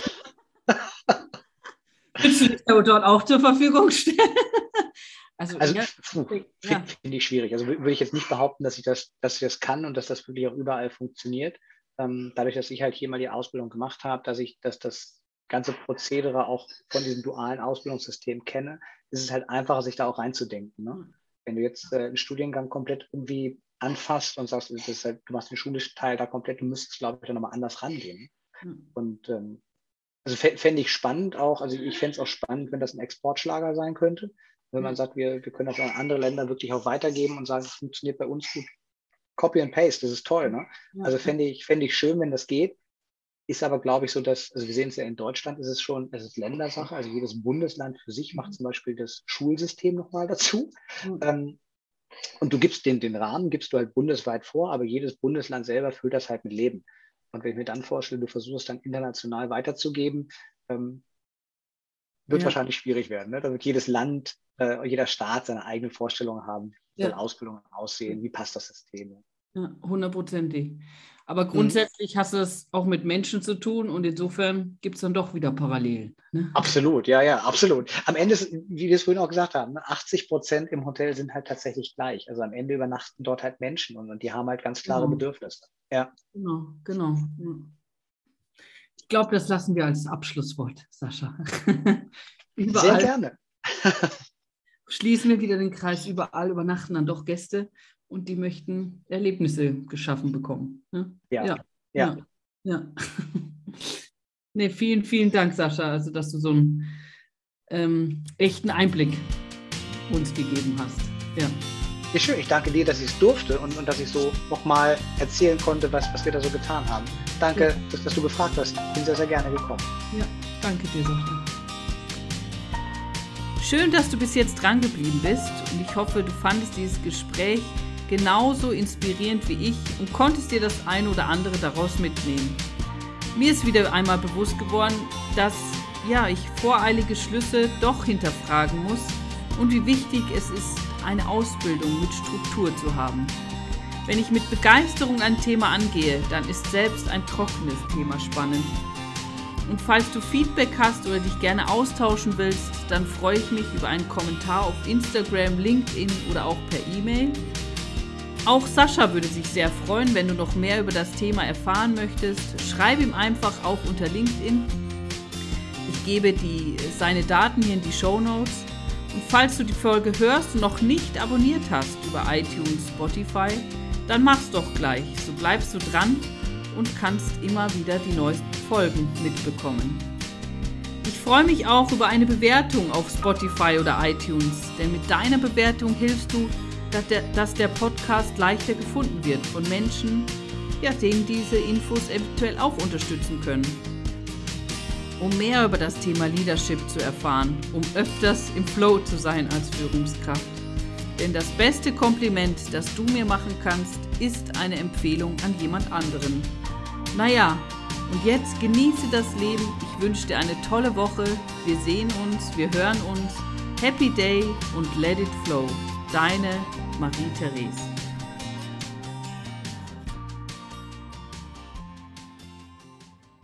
Willst du dich dort auch zur Verfügung stellen? Finde ich schwierig. Also würde ich jetzt nicht behaupten, dass ich das kann und dass das wirklich auch überall funktioniert. Dadurch, dass ich halt hier mal die Ausbildung gemacht habe, dass das ganze Prozedere auch von diesem dualen Ausbildungssystem kenne, ist es halt einfacher, sich da auch reinzudenken. Ne? Wenn du jetzt einen Studiengang komplett irgendwie anfasst und sagst, du machst den schulischen Teil da komplett, du müsstest, glaube ich, da nochmal anders rangehen. Und also fände ich spannend auch, also ich fände es auch spannend, wenn das ein Exportschlager sein könnte. Wenn man sagt, wir können das an andere Länder wirklich auch weitergeben und sagen, es funktioniert bei uns gut. Copy and Paste, das ist toll. Ne? Also fände ich schön, wenn das geht. Ist aber, glaube ich, so, also wir sehen es ja in Deutschland, es ist Ländersache. Also jedes Bundesland für sich macht zum Beispiel das Schulsystem nochmal dazu. Und du gibst den Rahmen, gibst du halt bundesweit vor, aber jedes Bundesland selber füllt das halt mit Leben. Und wenn ich mir dann vorstelle, du versuchst dann international weiterzugeben, wird wahrscheinlich schwierig werden. Ne? Da wird jedes Land, jeder Staat seine eigene Vorstellung haben, wie soll Ausbildung aussehen, wie passt das System. Ja, 100%. Aber grundsätzlich hast du es auch mit Menschen zu tun und insofern gibt es dann doch wieder Parallelen. Ne? Absolut, ja, absolut. Am Ende, wie wir es vorhin auch gesagt haben, 80% im Hotel sind halt tatsächlich gleich. Also am Ende übernachten dort halt Menschen und die haben halt ganz klare Bedürfnisse. Ja. Genau. Ich glaube, das lassen wir als Abschlusswort, Sascha. Sehr gerne. Schließen wir wieder den Kreis, überall übernachten dann doch Gäste. Und die möchten Erlebnisse geschaffen bekommen. Ne? Ja. Nee, vielen, vielen Dank, Sascha, also dass du so einen echten Einblick uns gegeben hast. Ja. Ja, schön. Ich danke dir, dass ich es durfte und dass ich so nochmal erzählen konnte, was wir da so getan haben. Danke, dass du gefragt hast. Ich bin sehr, sehr gerne gekommen. Ja, danke dir, Sascha. Schön, dass du bis jetzt dran geblieben bist und ich hoffe, du fandest dieses Gespräch genauso inspirierend wie ich und konntest dir das eine oder andere daraus mitnehmen. Mir ist wieder einmal bewusst geworden, dass ich voreilige Schlüsse doch hinterfragen muss und wie wichtig es ist, eine Ausbildung mit Struktur zu haben. Wenn ich mit Begeisterung ein Thema angehe, dann ist selbst ein trockenes Thema spannend. Und falls du Feedback hast oder dich gerne austauschen willst, dann freue ich mich über einen Kommentar auf Instagram, LinkedIn oder auch per E-Mail. Auch Sascha würde sich sehr freuen, wenn du noch mehr über das Thema erfahren möchtest. Schreib ihm einfach auch unter LinkedIn. Ich gebe seine Daten hier in die Shownotes. Und falls du die Folge hörst und noch nicht abonniert hast über iTunes, Spotify, dann mach's doch gleich. So bleibst du dran und kannst immer wieder die neuesten Folgen mitbekommen. Ich freue mich auch über eine Bewertung auf Spotify oder iTunes, denn mit deiner Bewertung hilfst du, dass der Podcast leichter gefunden wird von Menschen, denen diese Infos eventuell auch unterstützen können. Um mehr über das Thema Leadership zu erfahren, um öfters im Flow zu sein als Führungskraft. Denn das beste Kompliment, das du mir machen kannst, ist eine Empfehlung an jemand anderen. Naja, und jetzt genieße das Leben. Ich wünsche dir eine tolle Woche. Wir sehen uns, wir hören uns. Happy Day und let it flow. Deine Marie-Therese.